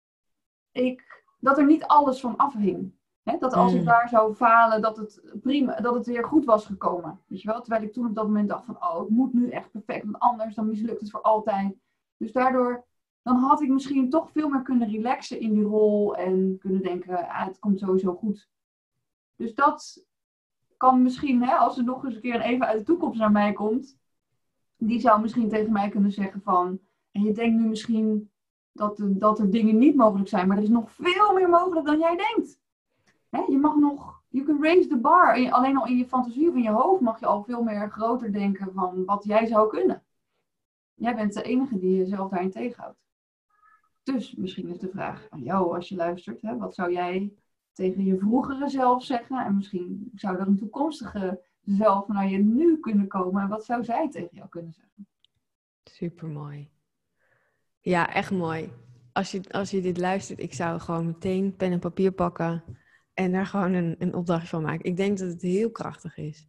ik, dat er niet alles van afhing. He, dat als mm. ik daar zou falen, dat het, prima, dat het weer goed was gekomen. Weet je wel? Terwijl ik toen op dat moment dacht van, oh, het moet nu echt perfect, want anders dan mislukt het voor altijd. Dus daardoor... dan had ik misschien toch veel meer kunnen relaxen in die rol en kunnen denken, ah, het komt sowieso goed. Dus dat kan misschien, hè, als er nog eens een keer een Eva uit de toekomst naar mij komt, die zou misschien tegen mij kunnen zeggen van, en je denkt nu misschien dat, dat er dingen niet mogelijk zijn, maar er is nog veel meer mogelijk dan jij denkt. Hè, je mag nog, you can raise the bar. Alleen al in je fantasie of in je hoofd mag je al veel meer groter denken van wat jij zou kunnen. Jij bent de enige die jezelf daarin tegenhoudt. Dus misschien is de vraag aan jou als je luistert. Hè, wat zou jij tegen je vroegere zelf zeggen? En misschien zou er een toekomstige zelf naar je nu kunnen komen. En wat zou zij tegen jou kunnen zeggen? Supermooi. Ja, echt mooi. Als je, als je dit luistert, ik zou gewoon meteen pen en papier pakken. En daar gewoon een, een opdrachtje van maken. Ik denk dat het heel krachtig is.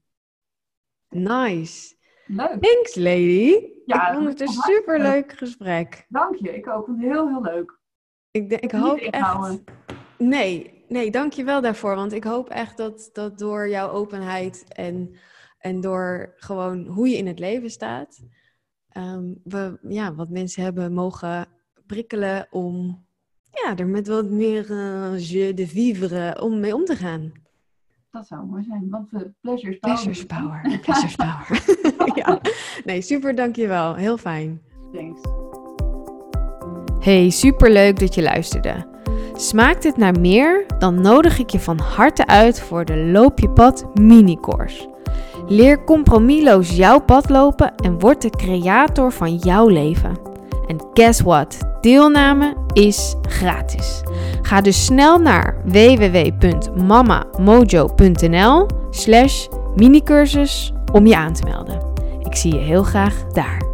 Nice. Leuk. Thanks, lady. Ja, ik vond het een superleuk gesprek. Dank je. Ik ook. Vond het heel, heel leuk. Ik, de, ik hoop echt... Nee, nee, dank je wel daarvoor. Want ik hoop echt dat, dat door jouw openheid en, en door gewoon hoe je in het leven staat, um, we ja, wat mensen hebben mogen prikkelen om ja, er met wat meer uh, jeu de vivre om mee om te gaan. Dat zou mooi zijn, want uh, pleasure is power. Pleasure is power. Pleasure is power. Ja. Nee, super, dankjewel. Heel fijn. Thanks. Hey, superleuk dat je luisterde. Smaakt het naar meer? Dan nodig ik je van harte uit voor de Loop je Pad mini-course. Leer compromisloos jouw pad lopen en word de creator van jouw leven. En guess what? Deelname is gratis. Ga dus snel naar w w w punt mamamojo punt n l slash minicursus om je aan te melden. Ik zie je heel graag daar.